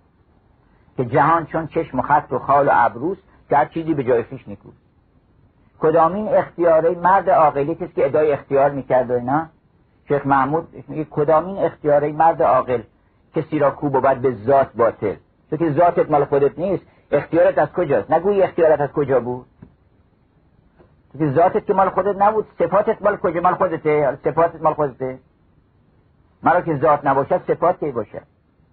که جهان چون چشم و خط و خال و ابروست که هر چیزی به جای خویش نیکوست. کدامین اختیاره مرد عاقلی کسی که ادعای اختیار میکرد و اینا، شیخ محمود میگه کدامین اختیاره مرد عاقل کسی را کو بود به ذات باطل. تو که ذاتت مال خودت نیست، اختیارت از کجاست؟ نگویی اختیارت از کجا بود. تو که ذاتت که مال خودت نبود، صفاتت مال کجا؟ مال خودته. صفاتت مال خودته. مرا که ذات نباشد صفات کی باشد؟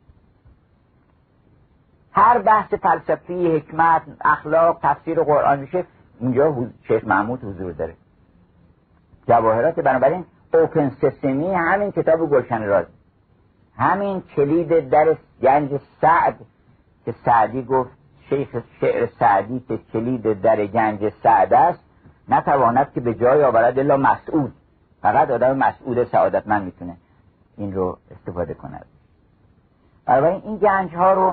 هر بحث فلسفی، حکمت، اخلاق، تفسیر قرآن میشه اونجا شیخ محمود حضور داره. جواهرات. بنابراین اوپن سسمی همین کتاب گلشن راز، همین کلید در گنج سعد که سعدی گفت، شیخ شعر سعدی که کلید در گنج سعد است نتواند که به جای آورد الا مسعود. فقط آدم مسعود سعادتمند میتونه این رو استفاده کند. بنابراین این گنج ها رو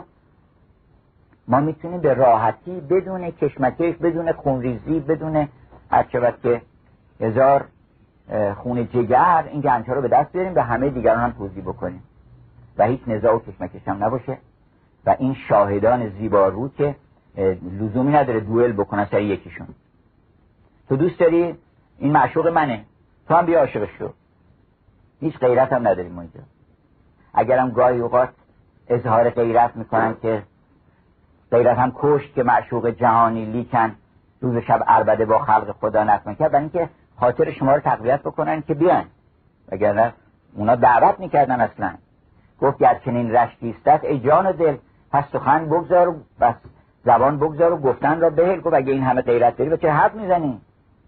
ما میتونیم به راحتی بدون کشمکش، بدون خونریزی، بدون هرچند که هزار خون جگر این گنج ها رو به دست بیاریم، به همه دیگران هم توضیح بکنیم و هیچ نزاع و کشمکش هم نباشه. و این شاهدان زیبارو که لزومی نداره دوئل بکنن سر یکیشون. تو دوست داری این معشوق منه، تو هم بیا عاشقش شو. هیچ غیرت هم نداریم ما اینجا. اگرم گاهی اوقات اظهار غیرت میکنن که غیرت هم کشت که معشوق جهانی لیکن روز شب عربده با خلق خدا نتمن کرد، برای اینکه خاطر شما رو تقویت بکنن که بیان. وگرنه اونا دعوت میکردن اصلا. گفت گر چنین رشتی استت ای جان و دل، پس سخن بگذار و بس زبان بگذار و گفتن را بهل. گفت اگه این همه غیرت داری و چه حرف میزنی؟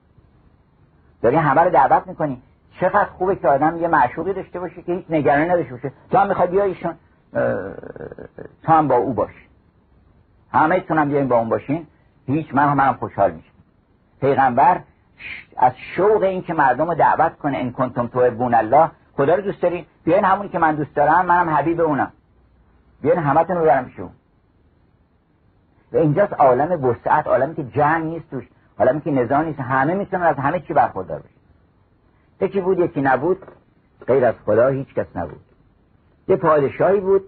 داری همه رو دعوت میکنی. چقدر خوبه که آدم یه معشوقی داشته باشه که هیچ نگرانی نداشته باشه. تو هم میخوای بیای ایشون، تو هم با او باش، همه تونم بیاین با اون باشین، هیچ من هم منم خوشحال میشم. پیغمبر از شوق این که مردم رو دعوت کنه ان کنتم تحبون الله، خدا رو دوست داری بیاین همونی که من دوست دارم منم حبیب اونم، بیاین همتون رو برم شو. و اینجاست عالم وسعت، عالمی که جنگ نیست توش، عالمی که نزاع نیست، همه میتونن از همه چی برخوردار بشن. یکی بود یکی نبود، غیر از خدا هیچ کس نبود. یه پادشاهی بود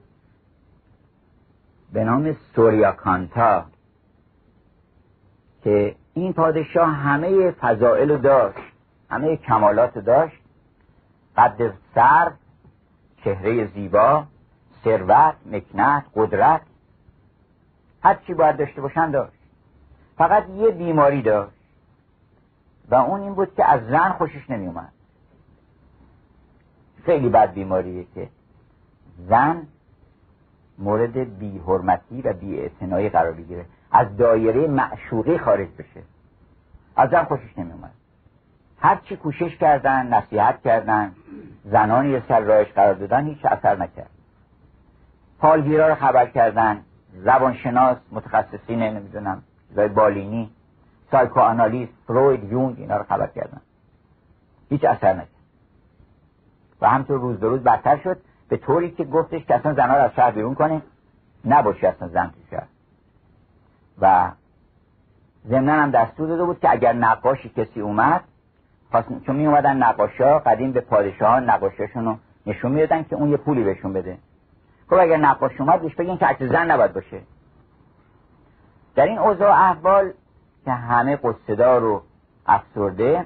به نام سوریاکانتا که این پادشاه همه فضائل داشت، همه کمالات داشت، قد سر، چهره زیبا، ثروت، مکنت، قدرت. هر چی باید داشته باشن داشت. فقط یه بیماری داشت و اون این بود که از زن خوشش نمی اومد. خیلی بد بیماریه که زن مورد بی حرمتی و بی اعتنایی قرار بگیره، از دایره معشوقی خارج بشه. از زن خوشش نمی اومد. هر چی کوشش کردن، نصیحت کردن، زنانی رو سر راهش قرار دادن، هیچ اثر نکرد. حالگیرا رو خبر کردن، روانشناس، متخصصین نمیدونم چیزای بالینی، سایکوآنالیست، فروید، یونگ، اینا رو خبر کردن، هیچ اثر نکرد و همطور روز به روز بدتر شد، به طوری که گفتش که اصلا زنها رو از شهر بیرون کنه، نباشه اصلا زن تو شهر. و ضمناً هم دستور داده بود که اگر نقاشی کسی اومد، چون می اومدن نقاشا قدیم به پادشاهان نقاشاشون رو نشون میدادن که اون یه پولی بهشون بده. خب اگر نقاش اومد بهش بگین که عکس زن نباید باشه. در این اوضاع احوال که همه قصه‌دار و افسرده،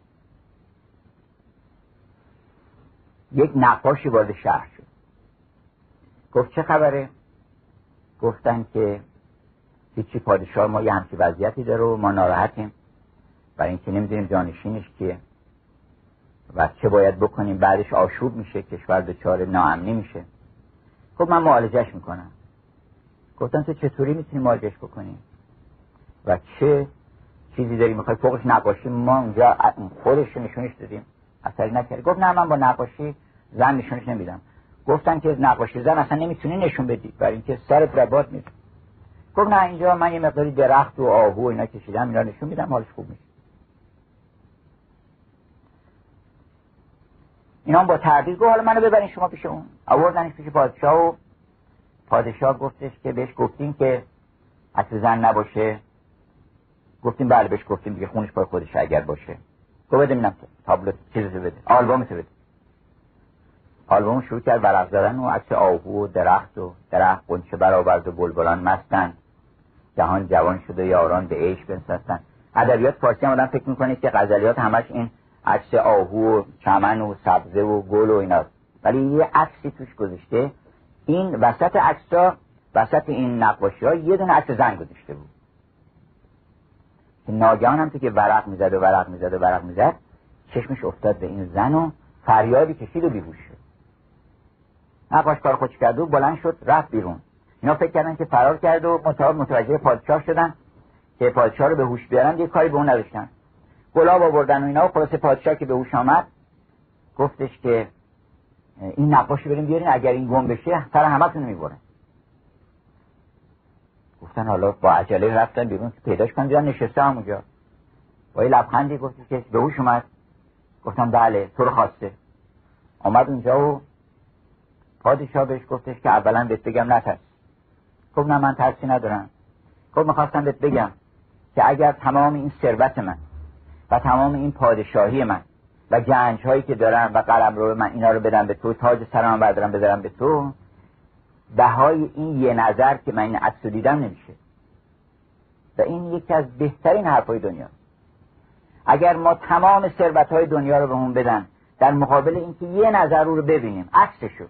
یک نقاشی وارد شهر شد. گفت چه خبره؟ گفتن که هیچی، پادشاه ما یه همچی وضعیتی داره و ما ناراحتیم برای اینکه نمیدونیم جانشینش کیه و چه باید بکنیم، بعدش آشوب میشه، کشور دچار ناامنی میشه. خب من معالجهش میکنم. گفتن تو چطوری میتونی معالجهش بکنی و چه چیزی داری میخوای فوقش نقاشی؟ ما اونجا خودش نشونش دادیم، اثری نکرد. گفت نه من با نقاشی زن نشونش نمیدم. گفتن که نقاشی زن اصلا نمیتونی نشون بدی برای اینکه سرت رباط میشه. گفت نه اینجا من یه مقداری درخت و آهو و اینا کشیدم، اینا نشون میدم، حالش خوب میشه. اینا با تردید گفت حالا منو ببرین شما پیش اون. آوردنش پیش پادشاه و پادشاه گفتش که بهش گفتیم که عکس زن نباشه. گفتیم بله بهش گفتیم دیگه، خونش پای خودش اگر باشه. گفت بده ببینم تابلو چیزو بده، آلبومتو بده. آلبوم شروع کرد ورق زدن و عکس آهو و درخت و درخت غنچه برآورد و بلبلان مستن، جهان جوان شده یاران به عیش بنشستن. ادبیات فارسی هم آدم فکر میکنه که غزلیات همش این عکس آهو و چمن و سبزه و گل و اینا، ولی یه عکسی توش گذاشته. این وسط عکس‌ها، وسط این نقاشی‌ها یه دونه عکس زن گذاشته بود که ناگهان هم تو که ورق میزد و ورق میزد و ورق میزد چشمش افتاد به این زن و فریادی کشید و بیهوش شد. نقاش کار خودش کرد و بلند شد رفت بیرون. اینا فکر کردن که فرار کرد و متوجه پادشاه شدن که پادشاه رو به هوش بیارن، یه کاری به اون نداشتن. گلاب آوردن و اینا و خلاص پادشاه که به هوش آمد گفتش که این نقاشی بریم بیارین، اگر این گم بشه سر همتون میبرن. گفتن حالا با عجله رفتن بیرون که پیداش کنن، دیدن نشسته همونجا با یه لبخندی. گفت که به هوش اومد. گفتم بله تو رو خواسته. آمد اونجا و پادشاه بهش گفتش که اولا بهت بگم نترس. گفت نه من ترسی ندارم. گفت میخواستم بهت بگم که اگر تمام این ثروت من و تمام این پادشاهی من و گنج هایی که دارم و قلمرو من اینا رو بدم به تو، تاج سرم بردارم بذارم به تو، بهای این یه نظر که من این عکس رو دیدم نمیشه. و این یکی از بهترین حرفای دنیا. اگر ما تمام ثروت های دنیا رو بهمون بدن در مقابل اینکه یه نظر رو ببینیم عکسشو،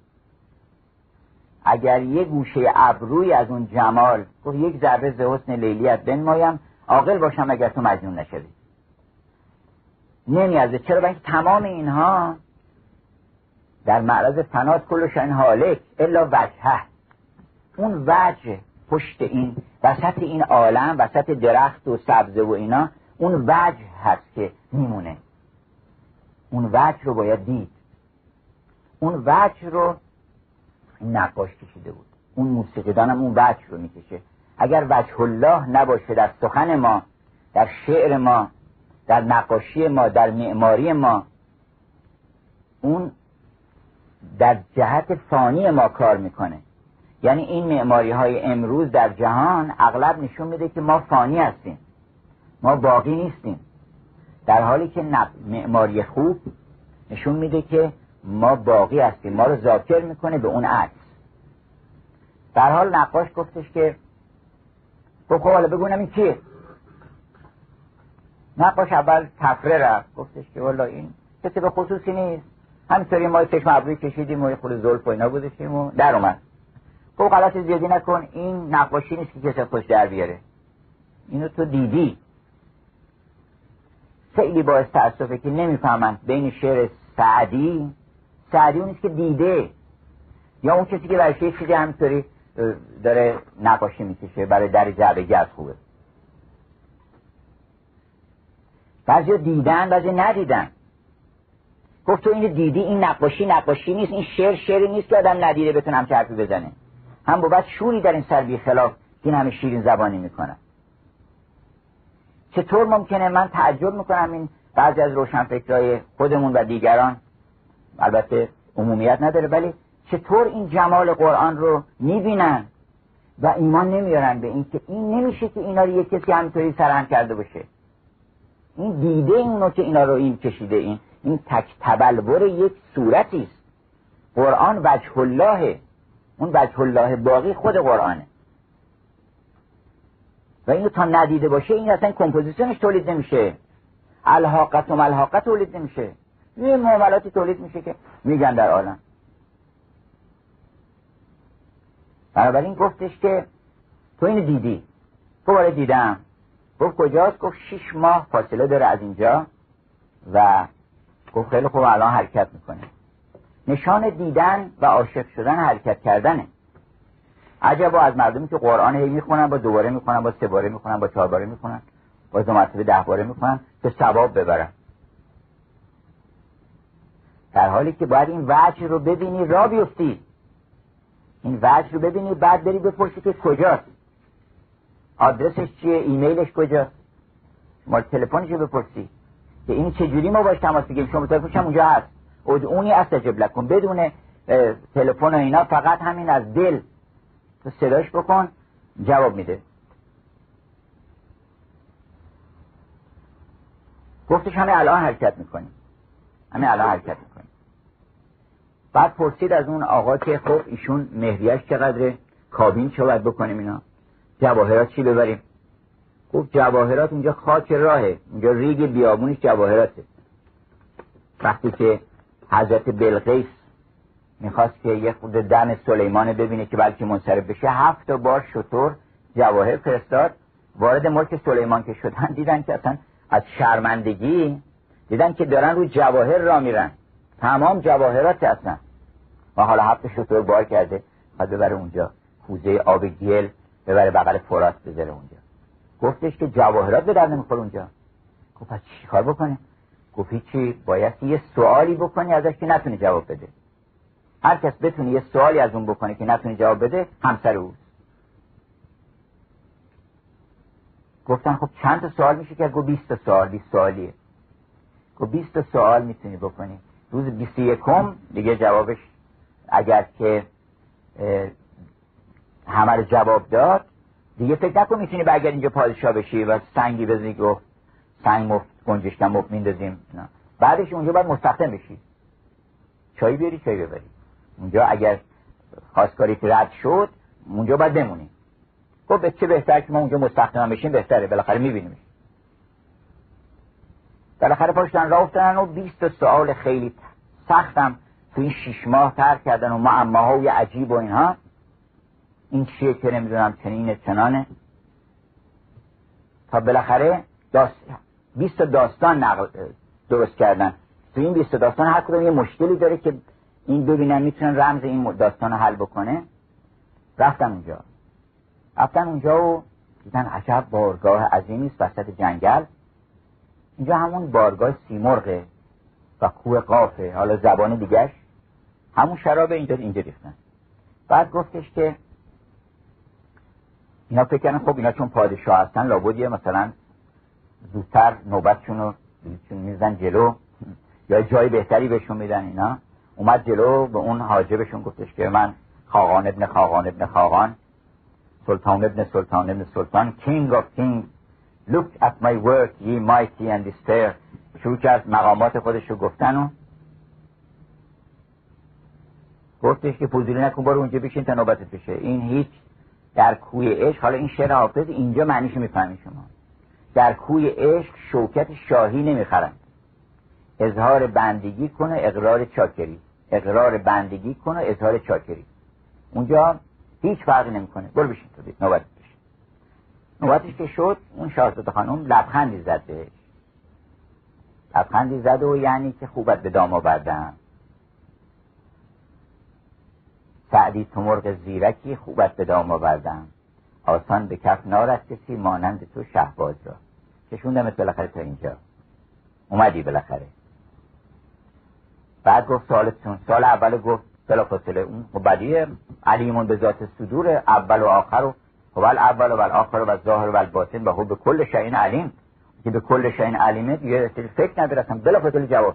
اگر یه گوشه ابروی از اون جمال، گفت یک ذره ز حسن لیلیت بنمایم، عاقل باشم اگر تو مجنون نشوی. نمیارزه. چرا؟ برای اینکه تمام اینها در معرض فنات کل شأن هالک الا وجهه. اون وجه پشت این وسط این عالم، وسط درخت و سبزه و اینا، اون وجه هست که میمونه. اون وجه رو باید دید. اون وجه رو این نقاش کشیده بود. اون موسیقیدان هم اون وجه رو میکشه. اگر وجه الله نباشه در سخن ما، در شعر ما، در نقاشی ما، در معماری ما، اون در جهت فانی ما کار میکنه. یعنی این معماری های امروز در جهان اغلب نشون میده که ما فانی هستیم، ما باقی نیستیم، در حالی که معماری خوب نشون میده که ما باقی هستیم، ما رو ذاکر میکنه به اون عکس. در حال نقاش گفتش که خب حالا بگونم این کیه؟ نقاش اول تفره رفت، گفتش که والا این کسی به خصوصی نیست، همینطوری ما چشم ابروی کشیدیم و خود زلف و اینا گذاشتیم و در اومد. خب غلط زیادی نکن، این نقاشی نیست که کسی خوش در بیاره، اینو تو دیدی. خیلی باعث تأسفه که نمیفهمند بین شعر سعدی سعدی اونیست که دیده، یا اون کسی که برای یه چیزی همینطوری داره نقاشی میکشه برای در جعبه گز خوبه. بعضی دیدن بعضی ندیدن. گفت تو اینو دیدی، این نقاشی نقاشی نیست، این شعر شعری نیست که آدم ندیده بتونم حرفی بزنه. هم بابت شوری در این سر بی خلاف این همه شیرین زبانی میکنن. چطور ممکنه؟ من تعجب میکنم این بعضی از روشنفکرای خودمون و دیگران، البته عمومیت نداره، ولی چطور این جمال قرآن رو میبینن و ایمان نمیارن به این که این نمیشه که اینا رو یک کسی همینطوری سرهم کرده باشه. این دیده اینو که اینا رو این کشیده، این این تک تبلور یک صورتی است. قرآن وجه الله، اون وجه الله باقی خود قرآنه و اینو تا ندیده باشه این اصلا کمپوزیشنش تولید نمیشه، الحاقت و ملحاقت تولید نمیشه، یه معاملاتی تولید میشه که میگن در عالم. بنابراین گفتش که تو اینو دیدی. تو باره دیدم. گفت کجاست؟ گفت شش ماه فاصله داره از اینجا. و گفت خیلی خوب الان حرکت میکنه. نشان دیدن و عاشق شدن حرکت کردنه. عجبا از مردمی که قرآن هی میخونن، با دوباره میخونن، با سه باره میخونن، با چهار باره میخونن، با دو مرتبه ده باره میخونن که ثواب ببرن، در حالی که باید این وجه رو ببینی را بیفتی، این وجه رو ببینی بعد بری بپرسی که کجاست، آدرسش چیه، ایمیلش کجاست، مال تلفنش رو بپرسی که این چجوری ما باش تماس بگیریم. شما تلفنش هم اونجا هست، ادعونی استجب لکم، بدون تلفن و اینا، فقط همین از دل تو صداش بکن جواب میده. گفتش همه الان حرکت میکنیم، همه الان حرکت میکنیم. بعد پرسید از اون آقا که خب ایشون مهریه‌اش چقدره، کابین چه باید بکنیم، اینا جواهرات چی ببریم؟ گفت جواهرات اینجا خاک راهه، اینجا ریگ بیابونش جواهراته. وقتی که حضرت بلقیس میخواست که یه خود دم سلیمان ببینه که بلکه منصرف بشه، هفت بار شتر جواهر فرستاد. وارد ملک سلیمان که شدن دیدن که اصلا از شرمندگی دیدن که دارن رو جواهر را میرن، تمام جواهرات اصلا. و حالا هفت شتر بار کرده خواهد ببره اونجا کوزه آب گل ببره بغل فرات بذاره اونجا. گفتش که جواهرات به درد نمیخوره اونجا. گفت پس چی کار بکنه؟ گفت هیچی، باید یه سوالی بکنی ازش که نتونه جواب بده. هر کس بتونه یه سوالی از اون بکنه که نتونه جواب بده، همسر اوست. گفتن خب چند تا سوال میشه که؟ گفت بیست تا سوال، بیست سوالیه. گفت بیست تا سوال میتونی بکنی، روز بیست و یکم دیگه جوابش اگر که همه رو جواب داد دیگه فکر نکن میتونی برگرد اینجا پادشاه بشی و سنگی بزنی، گفت سنگ مفت گنجشکم مفت میندازیم. بعدش اونجا باید مستخدم بشی، چای بیاری چای ببری. اونجا اگر خواستگاری رد شد اونجا باید بمونی. گفت به چه بهتر که ما اونجا مستخدم بشیم، بهتره، بالاخره میبینیمش. بالاخره پاشتن راه افتادن و بیست سوال خیلی سختم تو این شش ماه ترک کردن و معماهای عجیب و اینها. این چیه که نمیدونم چنینه چنانه، تا بالاخره داست... بیست داستان نقل درست کردن. تو این بیست داستان هر کدوم یه مشکلی داره که این ببینن میتونن رمز این داستان رو حل بکنه. رفتن اونجا رفتن اونجا و دیدن عجب بارگاه عظیمی است وسط جنگل. اینجا همون بارگاه سیمرغه و کوه قافه، حالا زبان دیگهش همون شراب اینجا اینجا ریختن. بعد گفتش که اینا فکر کردن خب اینا چون پادشاه هستن لابد مثلا زودتر نوبتشون رو میزن جلو یا جای بهتری بهشون میدن. اینا اومد جلو، به اون حاجبشون گفتش که من خاقان ابن خاقان ابن خاقان، سلطان ابن سلطان ابن سلطان، king of kings, look at my work ye mighty and despair. شروع کرد مقامات خودش رو گفتن و گفتش که فضولی نکن، برو اونجا بشین تا نوبتت بشه. این هیچ در کوی عشق، حالا این شعر حافظ اینجا معنیشو میفهمی شما، در کوی عشق شوکت شاهی نمیخرند، اظهار بندگی کن و اقرار چاکری، اقرار بندگی کن و اظهار چاکری. اونجا هیچ فرقی نمیکنه، برو بشین تو بید نوبت بشین. نوبتش که شد اون شاهزاده خانم لبخندی زد بهش، لبخندی زد و یعنی که خوبت به دام آوردم، سعدی تو مرغ زیرکی خوبت به دام آوردم، آسان به کف نارد کسی مانند تو شهباز را. کشوندمت بالاخره تا اینجا، اومدی بالاخره. بعد گفت سوالتون، سال اول گفت بلافاصله اون بدیه علیمون به ذات صدور، اول و آخر و هو الاول و الاخر و الظاهر و الباطن و هو به کل شیء علیم، که به کل شیء علیمه دیگه فکر ندارم. بلافاصله جواب.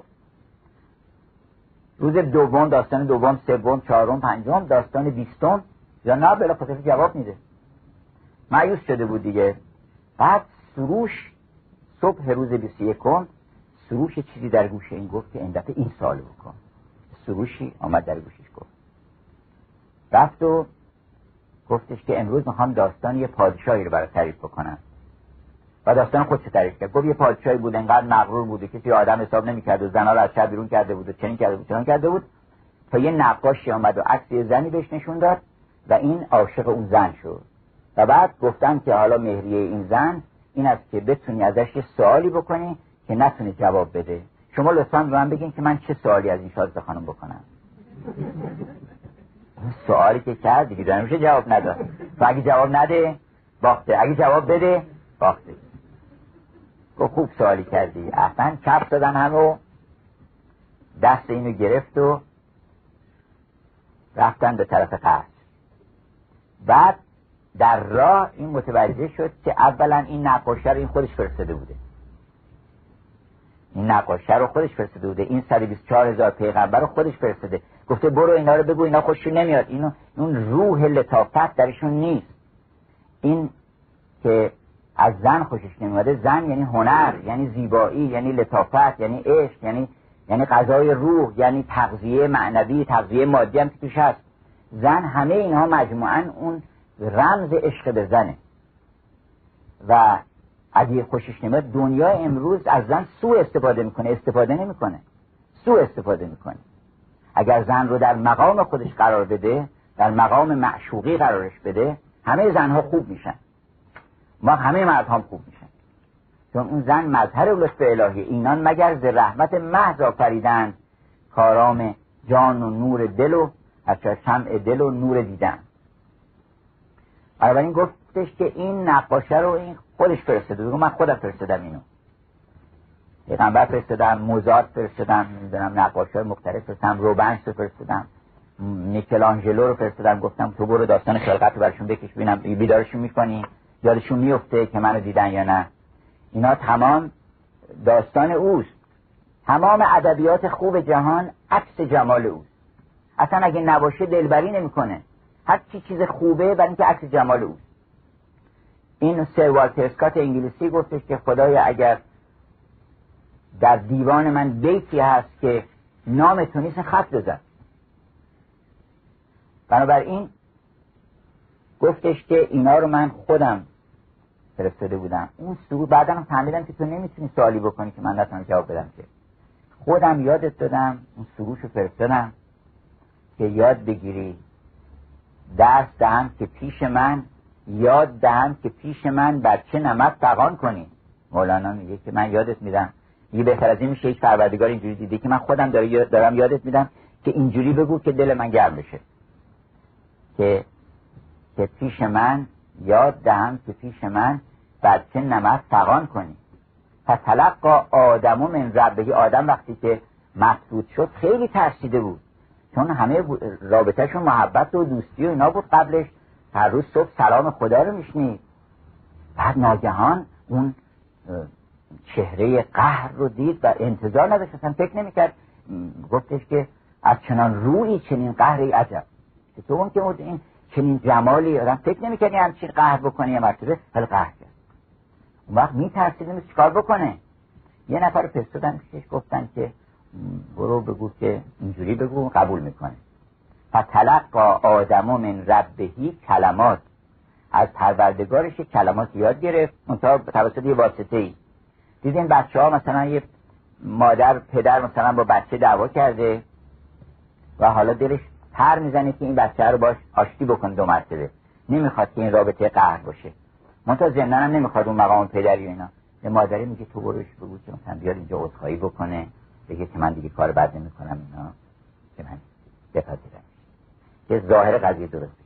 روز دوم داستان دوم، سوم، چهارم، پنجم، داستان بیستم یا نه بلافاصله جواب میده. مایوس شده بود دیگه. بعد سروش صبح روز بیست و یکم سروش چیزی در گوش این گفت که این دفعه این سوالو بکن. سروشی آمد در گوشش گفت، رفت و گفتش که امروز میخوام داستان یه پادشاهی رو برای تعریف بکنم. و داستان خودش تعریف کرد. گفت یه پادشاهی بود انقدر مغرور بود کسی آدم حساب نمی‌کرد و زنا رو از شهر بیرون کرده بود و چنین کرده بود چنین کرده بود تا یه نقاشی آمد و عکس یه زنی بهش نشون داد و این عاشق اون زن شد. و بعد گفتن که حالا مهریه این زن این است که بتونی ازش یه سوالی بکنی که نتونی جواب بده. شما لطفاً به من بگین که من چه سوالی از این شاهزاده خانم بکنم. سوالی که کرد دیگه نمیشه جواب نداد. و اگه جواب نده باخته، اگه جواب بده باخته. گفت خوب سوالی کردی. اصلا چپ دادن همو، دست اینو گرفت و رفتن به طرف قصر. بعد در راه این متوجه شد که اولا این نقاشه رو این خودش فرستاده بوده، این نقاشه رو خودش فرستاده بوده، این صد و بیست و چهار هزار پیغمبر رو خودش فرستاده، گفته برو اینا رو بگو، اینا خوششون نمیاد، اینو اون روح لطافت درشون نیست. این که از زن خوشش نمیاده، زن یعنی هنر، یعنی زیبایی، یعنی لطافت، یعنی عشق، یعنی یعنی غذای روح، یعنی تغذیه معنوی، تغذیه مادی هم که توش هست. زن همه اینها مجموعاً اون رمز عشق به زنه. و اگه خوشش نمیاد دنیا امروز از زن سوء استفاده میکنه، استفاده نمیکنه، سوء استفاده میکنه. اگر زن رو در مقام خودش قرار بده، در مقام معشوقی قرارش بده، همه زنها خوب میشن، ما همه مردها هم خوب میشن، چون اون زن مظهر لطف الهی. اینان مگر ز رحمت محض آفریدند، کارام جان و نور دل و از شمع دل و نور دیدن. بنابراین گفتش که این نقاشه رو این خودش فرستاده. من خودم فرستادم اینو، پیغمبر فرستادم، موزارت فرستادم، نمیدونم نقاشای مختلف فرستادم، روبنس فرستادم، میکلانجلو رو فرستادم، گفتم تو برو داستان خلقت رو برشون بکش ببینم بیدارشون میکنی، یادشون میفته که منو دیدن یا نه. اینا تمام داستان اوست. تمام ادبیات خوب جهان عکس جمال اوست. اصلا اگه نباشه دلبری نمیکنه. هر چی چیز خوبه برای اینکه عکس جمال اوست. این سر والتر اسکات انگلیسی گفتش که خدایا اگر در دیوان من بیتی هست که نام تو نیست خط بزن. بنابراین گفتش که اینا رو من خودم فرستاده بودم. اون سرود بعدا هم فهمیدم که تو نمیتونی سوالی بکنی که من نتونم جواب بدم، که خودم یادت دادم، اون سروشو فرستادم که یاد بگیری، درس دهم که پیش من، یاد دهم که پیش من بر چه نمط فغان کنی. مولانا میگه که من یادت میدم، یه بهتر از این میشه هیچ پروردگار اینجوری دیده که من خودم دارم یادت میدم که اینجوری بگو که دل من گرم بشه، که که پیش من یاد دهم که پیش من بر چه نمط فغان کنی. فتلقی آدم من ربه. آدم وقتی که مفسود شد خیلی ترسیده بود، چون همه رابطهشون محبت و دوستی و اینا بود قبلش، هر روز صبح سلام خدا رو میشنید. بعد ناگهان اون چهره قهر رو دید و انتظار نداشت، اصلا فکر نمیکرد. گفتش که از چنان رویی چنین قهری عجب، که تو اون که این چنین جمالی آدم فکر نمیکردی همچین قهر بکنی یه مرتبه ولی قهر کرد. اون وقت میترسید نمیست چیکار بکنه. یه نفر فرستادن پیشش گفتن که برو بگو که اینجوری بگو، قبول میکنه. فتلقی آدم من ربهی کلمات. از پروردگارش کلمات یاد گرفت، منتها توسط یه واسطه ای. دیدین بچه ها مثلا یه مادر پدر مثلا با بچه دعوا کرده و حالا دلش پر میزنه که این بچه رو باش آشتی بکنه دو مرتبه، نمیخواد که این رابطه قهر باشه. منتها ضمناً هم نمیخواد اون مقام پدری و اینا. به مادری میگه تو بروش بگو که مثلا بیاد اینجا عذرخواهی بکنه، بگه که من دیگه کار بد نمیکنم اینا، که من بپذیرم. که ظاهر قضیه درسته.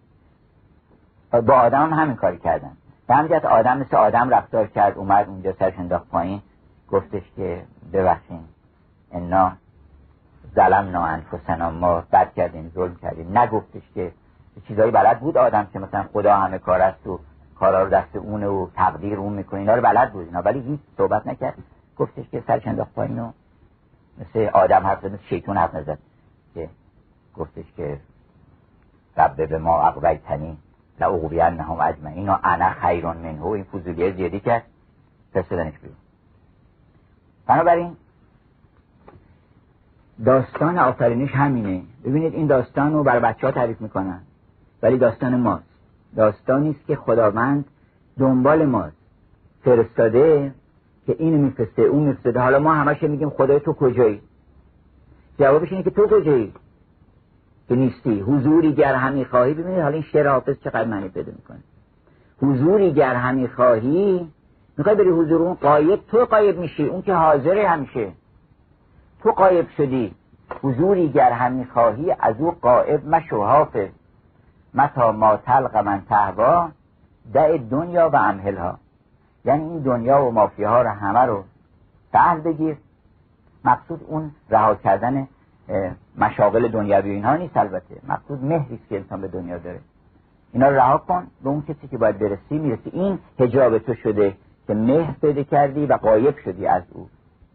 با آدم هم همین کاری کردن. به همین جهت آدم مثل آدم رفتار کرد، اومد اونجا سرش انداخت پایین، گفتش که ببخشین انا ظلمنا انفسنا، ما بد کردیم، ظلم کردیم. نگفتش که چیزایی بلد بود آدم که مثلا خدا همه کار است و کارا رو دست اونه و تقدیر اون میکنه، اینا رو بلد بود اینا، ولی هیچ صحبت نکرد. گفتش که سرش انداخت پایین و مثل آدم حرف زد، مثل شیطان حرف نزد، که گفتش که رب به ما اغویتنی لأغوینهم اجمعین و انا خیر منه. این فضولیه زیادی کرد، فرستادنش بیرون. بنابراین داستان آفرینش همینه. ببینید این داستان رو برای بچه ها تعریف میکنن، ولی داستان ماست. داستانی است که خداوند دنبال ماست، فرستاده که اینو میفرسته اون میفرسته. حالا ما همش میگیم خدای تو کجایی؟ جوابش اینه که تو کجایی که نیستی. حضوری گر همی خواهی، ببینید حالا این شعر حافظ چقدر معنی پیدا میکنه. حضوری گر همی خواهی، میخوای بری حضور اون غایب، تو غایب میشی، اون که حاضره همیشه، تو غایب شدی. حضوری گر همی خواهی از او غایب مشو حافظ، متا ما تلق من تهوا دع دنیا و امهلها. یعنی این دنیا و مافیاها رو همه رو سهل بگیر. مقصود اون رها کردن مشاغل دنیوی اینها نیست، البته مقصود مهری که انسان به دنیا داره. اینا رو رها کن، به اون کسی که باید برسی میرسی. این حجاب تو شده که مهر پیدا کردی و غایب شدی از او.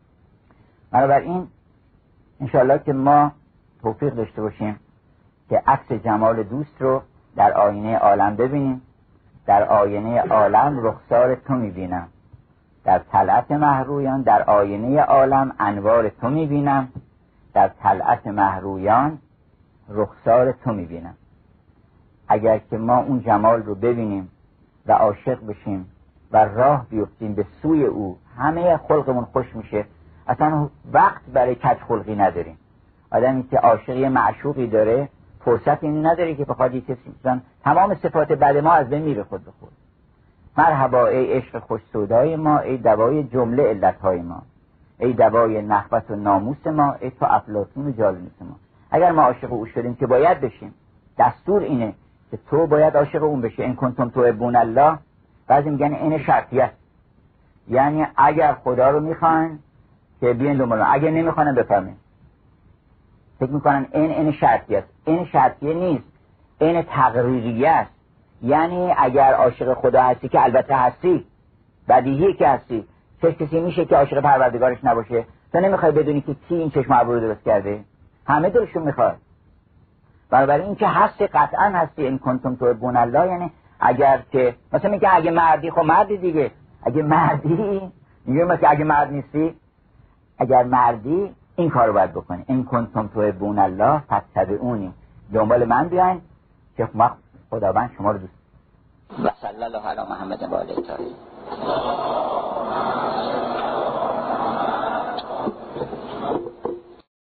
بنابراین انشاءالله که ما توفیق داشته باشیم که عکس جمال دوست رو در آینه عالم ببینیم. در آینه عالم رخسار تو میبینم، در طلعت مهرویان در آینه عالم انوار تو میبینم، در طلعت مهرویان رخسار تو میبینم. اگر که ما اون جمال رو ببینیم و عاشق بشیم و راه بیفتیم به سوی او، همه خلقمون خوش میشه. اصلا وقت برای کج خلقی نداریم. آدمی که عاشقی معشوقی داره فرصت اینی نداره که بخواد یک کسی مثلا تمام صفات بد ما از بین میره خود به خود. مرحبا ای عشق خوش سودای ما، ای دوای جمله علتهای ما، ای دوای نخوت و ناموس ما، ای تو افلاطون و جالینوس ما. اگر ما عاشق او شدیم که باید بشیم، دستور اینه که تو باید عاشق اون بشی. این کنتم تحبون الله، بعضی میگن این شرطیه است، یعنی اگر خدا رو میخوان که بیان دنبال، اگر نمیخوان بفهمین. فکر میکنن این این شرطیه است. این شرطیه نیست، این تقریریه است. یعنی اگر عاشق خدا هستی، که البته هستی، بدیهیه که هستی، چه کسی میشه که عاشق پروردگارش نباشه؟ تو نمیخوای بدونی که کی این چشم ابرو رو درست کرده؟ همه دلشون میخواد. بنابراین این که هستی، قطعا هستی. این کنتم تحبون الله، یعنی اگر که مثلا میگه اگه مردی، خب مردی دیگه. اگه مردی میگه مثلا اگه مرد نیستی، اگر مردی این کارو باید بکنی. این کنتم تحبون الله فاتبعونی، دنبال من بیاین که ما خداوند شما رو دوست. و صلی الله علی محمد و آله الطاهرین.